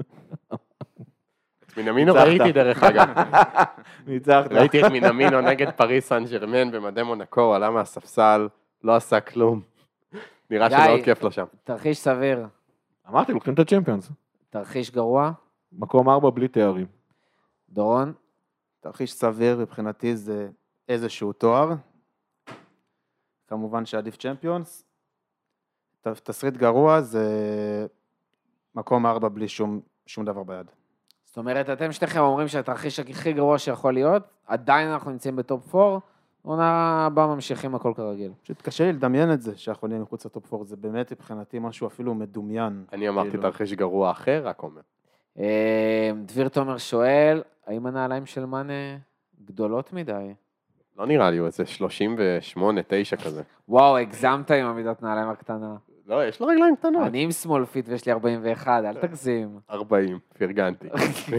מינמינו ראיתי דרך אגב. ניצחת. ראיתי את מינמינו נגד פריס סן ז'רמן במדי מונקו, עלה מהספסל, לא עשה כלום. נראה שמאוד כיף לו שם. תרחיש סביר. אמרתי, לוקחים את הצ'מפיונס. תרחיש גרוע. מקום ארבע בלי תארים. דורון. תרחיש סביר מבחינתי זה איזשהו תואר, כמובן שעדיף צ'מפיונס, תסריט גרוע זה מקום ארבע בלי שום, שום דבר ביד. זאת אומרת, אתם שתיכם אומרים שהתרחיש הכי גרוע שיכול להיות, עדיין אנחנו נמצאים בטופ ארבע, עונה הבאה ממשיכים הכל כרגיל. פשוט קשה לי לדמיין את זה, שאנחנו נהיה מחוץ לטופ ארבע, זה באמת מבחינתי משהו אפילו מדומיין. אני אמרתי תרחיש גרוע אחר, רק אומר. דביר תומר שואל, האם הנעליים של מנה גדולות מדי? לא נראה לי, הוא איזה שלושים ושמונה, תשע כזה. וואו, הגזמת עם עמידת נעליים הקטנה. לא, יש לו רגליים קטנות. אני עם שמאל פיט ויש לי ארבעים ואחת, אל תגזים. ארבעים, פרגנתי.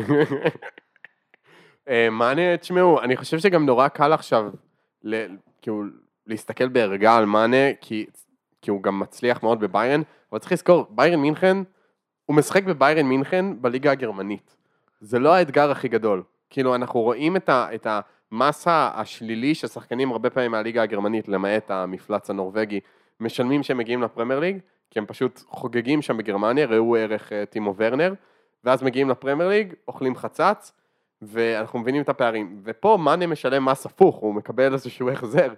מנה, תשמעו, אני חושב שגם נורא קל עכשיו, כאילו, להסתכל בהרגע על מנה, כי הוא גם מצליח מאוד בביירן, אבל צריך לזכור, ביירן מינכן, הוא משחק בביירן מינכן בליגה הגרמנית. זה לא האתגר הכי גדול. כאילו, אנחנו רואים את ה... את ה מסה השלילי ששחקנים הרבה פעמים מהליגה הגרמנית, למעט המפלץ הנורווגי, משלמים שהם מגיעים לפרמייר ליג, כי הם פשוט חוגגים שם בגרמניה, ראו ערך טימו ורנר, ואז מגיעים לפרמייר ליג, אוכלים חצץ, ואנחנו מבינים את הפערים. ופה מאנה משלם מס הפוך, הוא מקבל איזשהו החזר.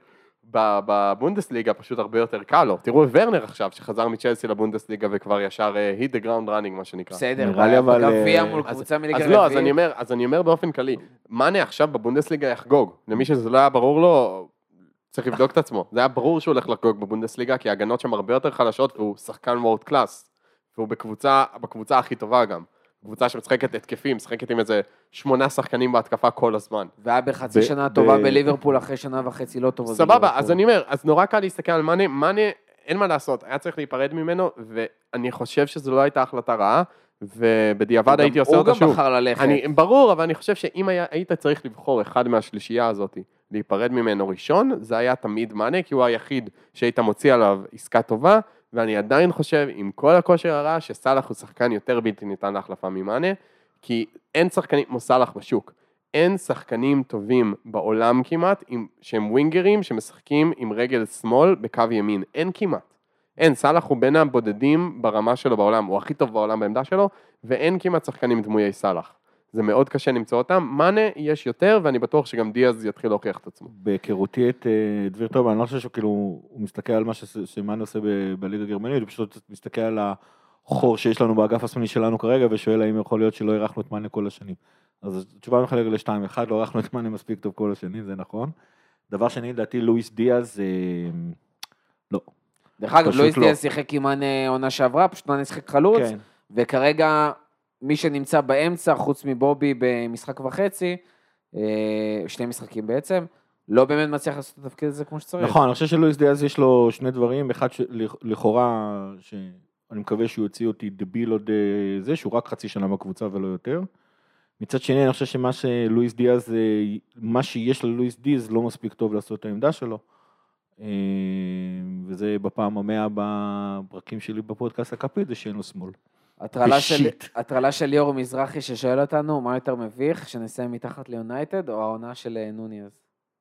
בבונדסליגה פשוט הרבה יותר קל לו. תראו ורנר עכשיו, שחזר מצ'לסי לבונדסליגה וכבר ישר hit the ground running, מה שנקרא. בסדר, נראה לי אבל, בגביע אה, מול אז- קבוצה מליגה אז רביעית. לא, אז אני אומר, אז אני אומר באופן כללי, מאנה עכשיו בבונדסליגה יחגוג. למי שזה לא היה ברור לו, צריך לבדוק את עצמו. זה היה ברור שהוא הולך לחגוג בבונדסליגה, כי ההגנות שם הרבה יותר חלשות, והוא שחקן וורד קלאס. והוא בקבוצה, בקבוצה הכי טובה גם. קבוצה שמשחקת התקפים, משחקת עם איזה שמונה שחקנים בהתקפה כל הזמן. והיה בחצי ב- שנה ב- טובה בליברפול אחרי שנה וחצי לא טובה. סבבה, בליברפול. אז אני אומר, אז נורא קל להסתכל על מאנה, מאנה, אין מה לעשות, היה צריך להיפרד ממנו, ואני חושב שזו לא הייתה החלטה רעה, ובדיעבד הייתי עושה אותה הוא שוב. גם בחר ללכת. אני, ברור, אבל אני חושב שאם היה, היית צריך לבחור אחד מהשלישייה הזאת, להיפרד ממנו ראשון, זה היה תמיד מאנה, כי הוא היחיד שהיית מוציא עליו עסקה טובה, ואני עדיין חושב, עם כל הכושר הרע, שסלח הוא שחקן יותר בלתי ניתן להחלפה ממאנה, כי אין שחקנים כמו סלח בשוק. אין שחקנים טובים בעולם כמעט, עם, שהם ווינגרים שמשחקים עם רגל שמאל בקו ימין. אין כמעט. אין, סלח הוא בין הבודדים ברמה שלו בעולם, הוא הכי טוב בעולם בעמדה שלו, ואין כמעט שחקנים דמויי סלח. זה מאוד קשה למצוא אותם. מאנה יש יותר, ואני בטוח שגם דיאז יתחיל להוכיח את עצמו. בהיכרותי את אה, דביר טוב, אני לא חושב שהוא כאילו, הוא מסתכל על מה ש- שמאנה עושה ב- בליגה הגרמנית, הוא פשוט מסתכל על החור שיש לנו באגף השמאלי שלנו כרגע, ושואל האם יכול להיות שלא אירחנו את מאנה כל השנים. אז התשובה מחלק לשתיים, אחד, לא אירחנו את מאנה מספיק טוב כל השנים, זה נכון. דבר שני, לדעתי, לואיס דיאז, אה, לא. דרך אגב, פשוט לואיס לא. דיאז שיחק עם מאנה עונה שעברה, פשוט מאנה שיחק חלוץ, כן. וכרגע מי שנמצא באמצע, חוץ מבובי במשחק וחצי, אה, שני משחקים בעצם, לא באמת מצליח לעשות את התפקיד הזה כמו שצריך. נכון, אני חושב שלואיס דיאז יש לו שני דברים, אחד לכאורה, שאני מקווה שהוא יוציא אותי דביל עוד אה, זה, שהוא רק חצי שנה בקבוצה ולא יותר. מצד שני, אני חושב שמה שלואיס דיאז, אה, מה שיש ללואיס דיאז לא מספיק טוב לעשות את העמדה שלו, אה, וזה בפעם המאה בפרקים שלי בפודקאסט הכפית, זה שאין לו שמאל. הטרלה של, שיט. הטרלה של ליאור מזרחי ששואל אותנו, מה יותר מביך, שנסיים מתחת ליונייטד או העונה של אה, נוניאז?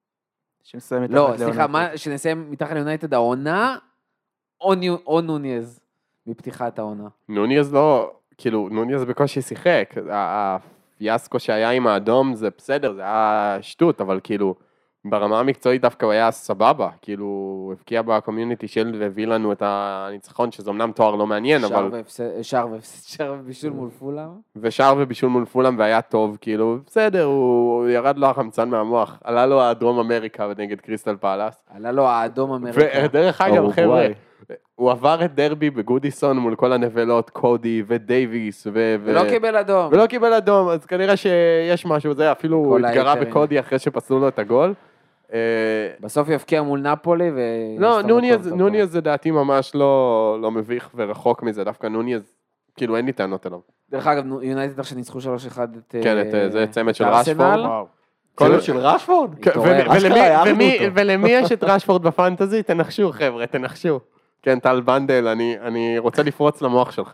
שמסיים מתחת לא, ליונייטד. סליחה, מה, שנסיים מתחת ליונייטד העונה או, ניו, או נוניאז מפתיחת העונה? נוניאז לא, כאילו, נוניאז בקושי שיחק. הפיאסקו שהיה עם האדום זה בסדר, זה היה שטות, אבל כאילו, ברמה המקצועית דווקא הוא היה סבבה. כאילו, הוא הבקיע בקומיוניטי של והביא לנו את הניצחון, שזה אמנם תואר לא מעניין, שער אבל... והפסד- שער והפסד, שער ובישול מול פולאם. ושער ובישול מול פולאם והיה טוב, כאילו, בסדר, הוא ירד לו החמצן מהמוח. עלה לו הדרום אמריקה נגד קריסטל פלאס. עלה לו האדום אמריקה. ודרך אגב, אורוגוואי. חבר'ה, הוא עבר את דרבי בגודיסון מול כל הנבלות, קודי ודייביס, ו... ו- ולא קיבל אדום. ולא קיבל אדום, אז כנראה שיש משהו, זה אפילו הוא כל התגרה ההיתרים. בקודי אחרי שפסלו לו את הגול. אה, בסוף יפקיע מול נפולי ו... לא, יש לו נוניאז, מקום נוניאז זה דעתי ממש לא, לא מביך ורחוק מזה, דווקא נוניאז, כאילו אין לי טענות אליו. דרך אגב, יונייטד עכשיו ניצחו שלוש אחד את... כן, את, אה, זה צמד של את ארסנל. רשפורד. וואו. צוות של רשפורד? כן, התעורר. ו- אשכרה, ולמי- הערכנו ומי- אותו. ולמי יש את רשפורד בפנטזי? תנחשו חבר'ה, תנחשו. כן, טל בנדל, אני, אני רוצה לפרוץ למוח שלך.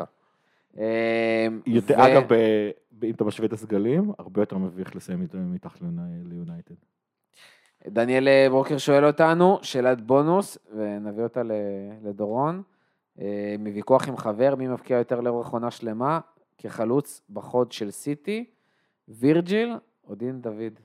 אה, יותר- ו- אגב, ב- ב- אם אתה משווה את הסגלים, הרבה יותר מביך לסיים איתו מתחת ליוני- ליונייטד. דניאל ברוקר שואל אותנו, שאלת בונוס, ונביא אותה ל- לדורון, אה, מוויכוח עם חבר, מי מבקיע יותר לאורך עונה שלמה, כחלוץ בחוד של סיטי, וירג'יל או דין דוד?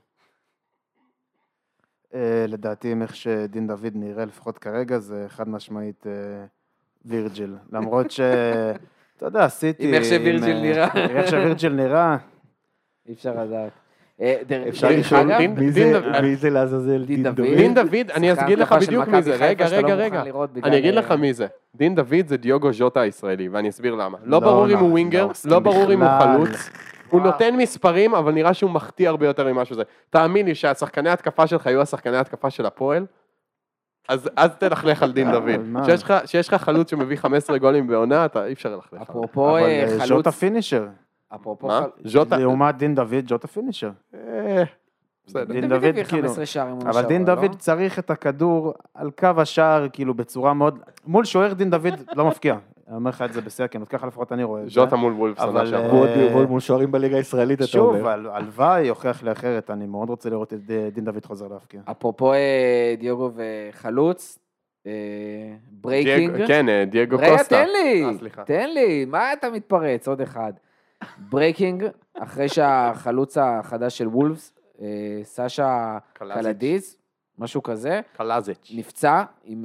אה, לדעתי, עם איך שדין דוד נראה לפחות כרגע, זה חד משמעית אה, וירג'יל. למרות ש... אתה יודע, עשיתי... עם איך שווירג'יל אה, נראה. עם איך שווירג'יל נראה. אי אפשר לדעת. אה, דר- אפשר דרך לשאול אגב, דין- מי דין זה- דוד. מי זה לעזאזל דין דין דוד. דוד? דין דוד, אני שחקן אגיד לך התקפה של בדיוק מכבי מי זה, חיפה רגע, שאתה לא רגע, מוכן רגע. לראות בגלל, אני אגיד אה, לך מי זה. דין דוד זה דיוגו ז'וטה הישראלי, ואני אסביר למה. לא לא, ברור אם לא, הוא לא ווינגר, מסכים לא ברור אם הוא בכלל. חלוץ. הוא נותן מספרים, אבל נראה שהוא מחטיא הרבה יותר ממשהו זה. תאמין לי שהשחקני התקפה שלך יהיו השחקני התקפה של הפועל, אז אז תלכלך על דין דוד. מה? שיש לך- שיש לך חלוץ שמביא חמש עשרה גולים בעונה, אתה אי אפשר ללכלך עליו. אפרופו אבל אה, אה, חלוץ, ז'וטה פינישר. אפרופו מה? חל- ז'וטה? לעומת דין דוד, ז'וטה פינישר. אה, בסדר. דין דין דוד, דוד הביא כאילו. חמישה עשר שערים עונה אבל דין שעברה, דוד לא? צריך את הכדור על קו השער, כאילו בצורה מאוד... מול שוער דין דוד לא מפקיע. אני אומר לך את זה בסדר, כן, ככה לפחות אני רואה את זה. ז'וטה מול וולפס אבל, עונה שעברה. אה, ועוד ועוד מול שוערים בליגה הישראלית, אתה שוב, אומר. על- הלוואי יוכיח לי אחרת, אני מאוד רוצה לראות את אה, דין דוד חוזר להפקיע. אפרופו אה, דיוגו וחלוץ, אה, ברייקינג. דייגו- כן, אה, דייגו רגע, קוסטה. תן לי, אה, סליחה. תן לי, מה אתה מתפרץ? עוד אחד. ברייקינג, אחרי שהחלוץ החדש של וולפס, אה, סשה קלזיץ'. קלדיס, משהו כזה. קלאזץ'. נפצע עם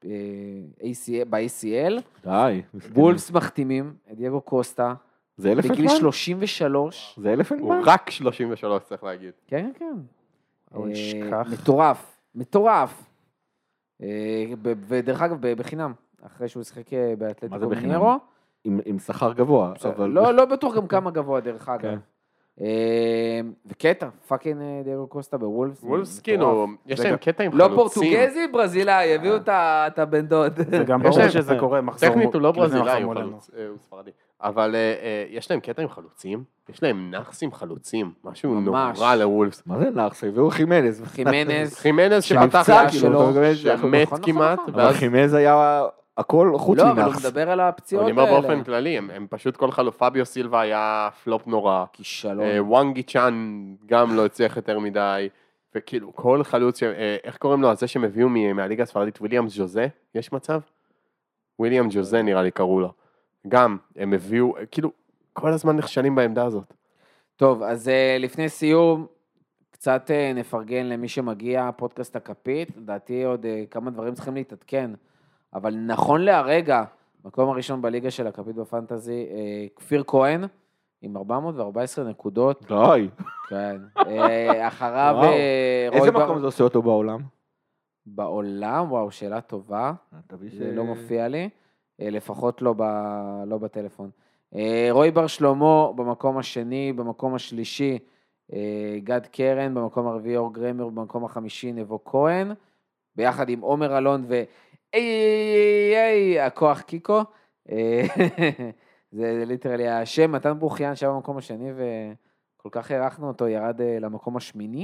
ב-איי סי אל. די. וולפס מחתימים את דייגו קוסטה. זה אלפנט בגיל מן? שלושים ושלוש. זה אלפנט הוא מן? רק שלושים ושלוש, צריך להגיד. כן, כן. הוא אה, ישכח. מטורף, מטורף. אה, ב- ודרך אגב, ב- בחינם, אחרי שהוא שיחק אה, מה זה באתלטיקו בחינם? מניירו. עם עם שכר גבוה. אבל- לא, לא בטוח גם כמה גבוה דרך אגב. כן. אה, וקטע, פאקינג אה, דייגו קוסטה בוולפס. וולפס מטורף. כאילו, יש זה להם גם- קטע עם לא חלוצים. פורטוגזי, ברזילאי, הביאו את ה- את הבן דוד. זה גם יש ברור להם- שזה קורה, מחזור טכנית הוא לא כאילו זה ברזילאי, מחזור הוא מולנו. חלוץ, אה, הוא ספרדי. אבל אה, אה, יש להם קטע עם חלוצים, יש להם נאחס עם חלוצים, משהו ממש. נורא לוולפס. מה זה נאחס? הביאו חימנז. חימנז. חימנז שפתח שהפציעה לאט, שלו, שמת נכון, כמעט, נכון, אבל ואז חימנז היה הכל חוץ לא, אבל הוא מנאחס. מדבר על הפציעות אני האלה. אומר באופן כללי, הם הם פשוט כל חלוף, פביו סילבה היה פלופ נורא, כישלון. אה, וואנגי צ'אן גם לא הצליח יותר מדי, וכאילו כל חלוץ, ש- אה, איך קוראים לו, הזה שהם הביאו מ- מהליגה הספרדית, וויליאמס ג'וזה, יש מצב? וויליאם ג'וזה נראה לי קראו לו. גם, הם הביאו, כאילו, כל הזמן נכשלים בעמדה הזאת. טוב, אז uh, לפני סיום, קצת uh, נפרגן למי שמגיע, פודקאסט הכפית, לדעתי עוד uh, כמה דברים צריכים להתעדכן, אבל נכון להרגע, מקום הראשון בליגה של הכפית בפנטזי, uh, כפיר כהן, עם ארבע מאות וארבע עשרה נקודות, די. כן, uh, אחריו וואו. uh, איזה בר- מקום זה עושה אותו בעולם? בעולם, וואו, שאלה טובה, תביא זה ש- לא מופיע לי, uh, לפחות לא, ב... לא בטלפון. Uh, רועי בר שלמה במקום השני, במקום השלישי, uh, גד קרן, במקום הרביעי אור גרמר, במקום החמישי נבו כהן, ביחד עם עומר אלון ו... איי, איי, איי, הכוח קיקו, אה, זה ליטרלי השם, מתן ברוכיאן שם במקום השני, וכל כך הערכנו אותו, ירד אה, למקום השמיני.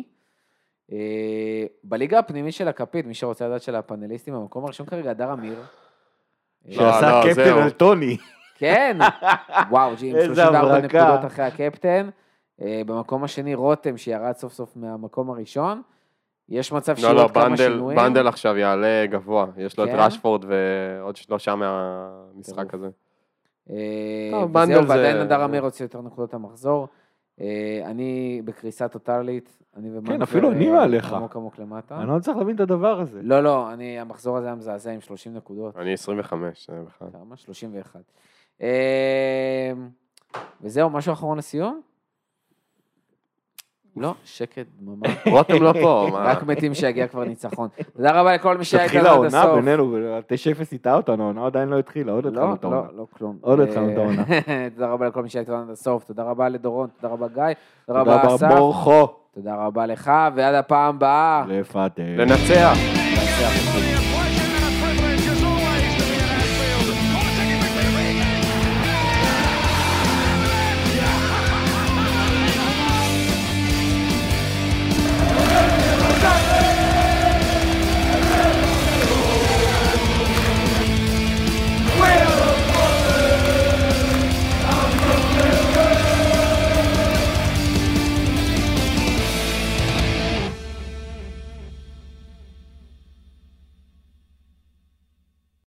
אה, בליגה הפנימית של הכפית, מי שרוצה לדעת של הפאנליסטים, במקום הראשון כרגע, הדר אמיר. שעשה לא, קפטן זהו. על טוני. כן, וואו, ג'י, עם איזה שלושים וארבע הברקה. נקודות אחרי הקפטן. אה, במקום השני רותם, שירד סוף סוף מהמקום הראשון. יש מצב לא, שיהיו לא, עוד כמה בנדל, שינויים. בנדל עכשיו יעלה גבוה, יש לו את כן? רשפורד ועוד שלושה מהמשחק הזה. אה, טוב, בנדל וזהו, זה- ועדיין נדר אמיר הוציא יותר נקודות המחזור. אה, אני בקריסה טוטלית, אני ומנטר... כן, אפילו אני מעליך. עמוק עמוק למטה. אני לא צריך להבין את הדבר הזה. לא, לא, אני, המחזור הזה היה מזעזע עם שלושים נקודות. אני עשרים וחמש, זה בכלל. כמה? שלושים ואחת. אה, וזהו, משהו אחרון לסיום? לא, שקט, דממה. רותם לא פה, מה? רק מתים שיגיע כבר ניצחון. תודה רבה לכל מי שהיה התחילה איתנו עד העונה הסוף. בינינו, תשע אפס איתה אותנו, העונה עדיין לא התחילה, עוד לא, התחלנו את העונה. לא, לא כלום. עוד התחלנו את אה, העונה. תודה רבה לכל מי שהיה איתנו עד הסוף, תודה רבה לדורון, תודה רבה גיא, תודה תודה רבה רבה אסף, בורכו. תודה רבה לך, ועד הפעם הבאה. לפתח. לנצח. נעשה אחרי.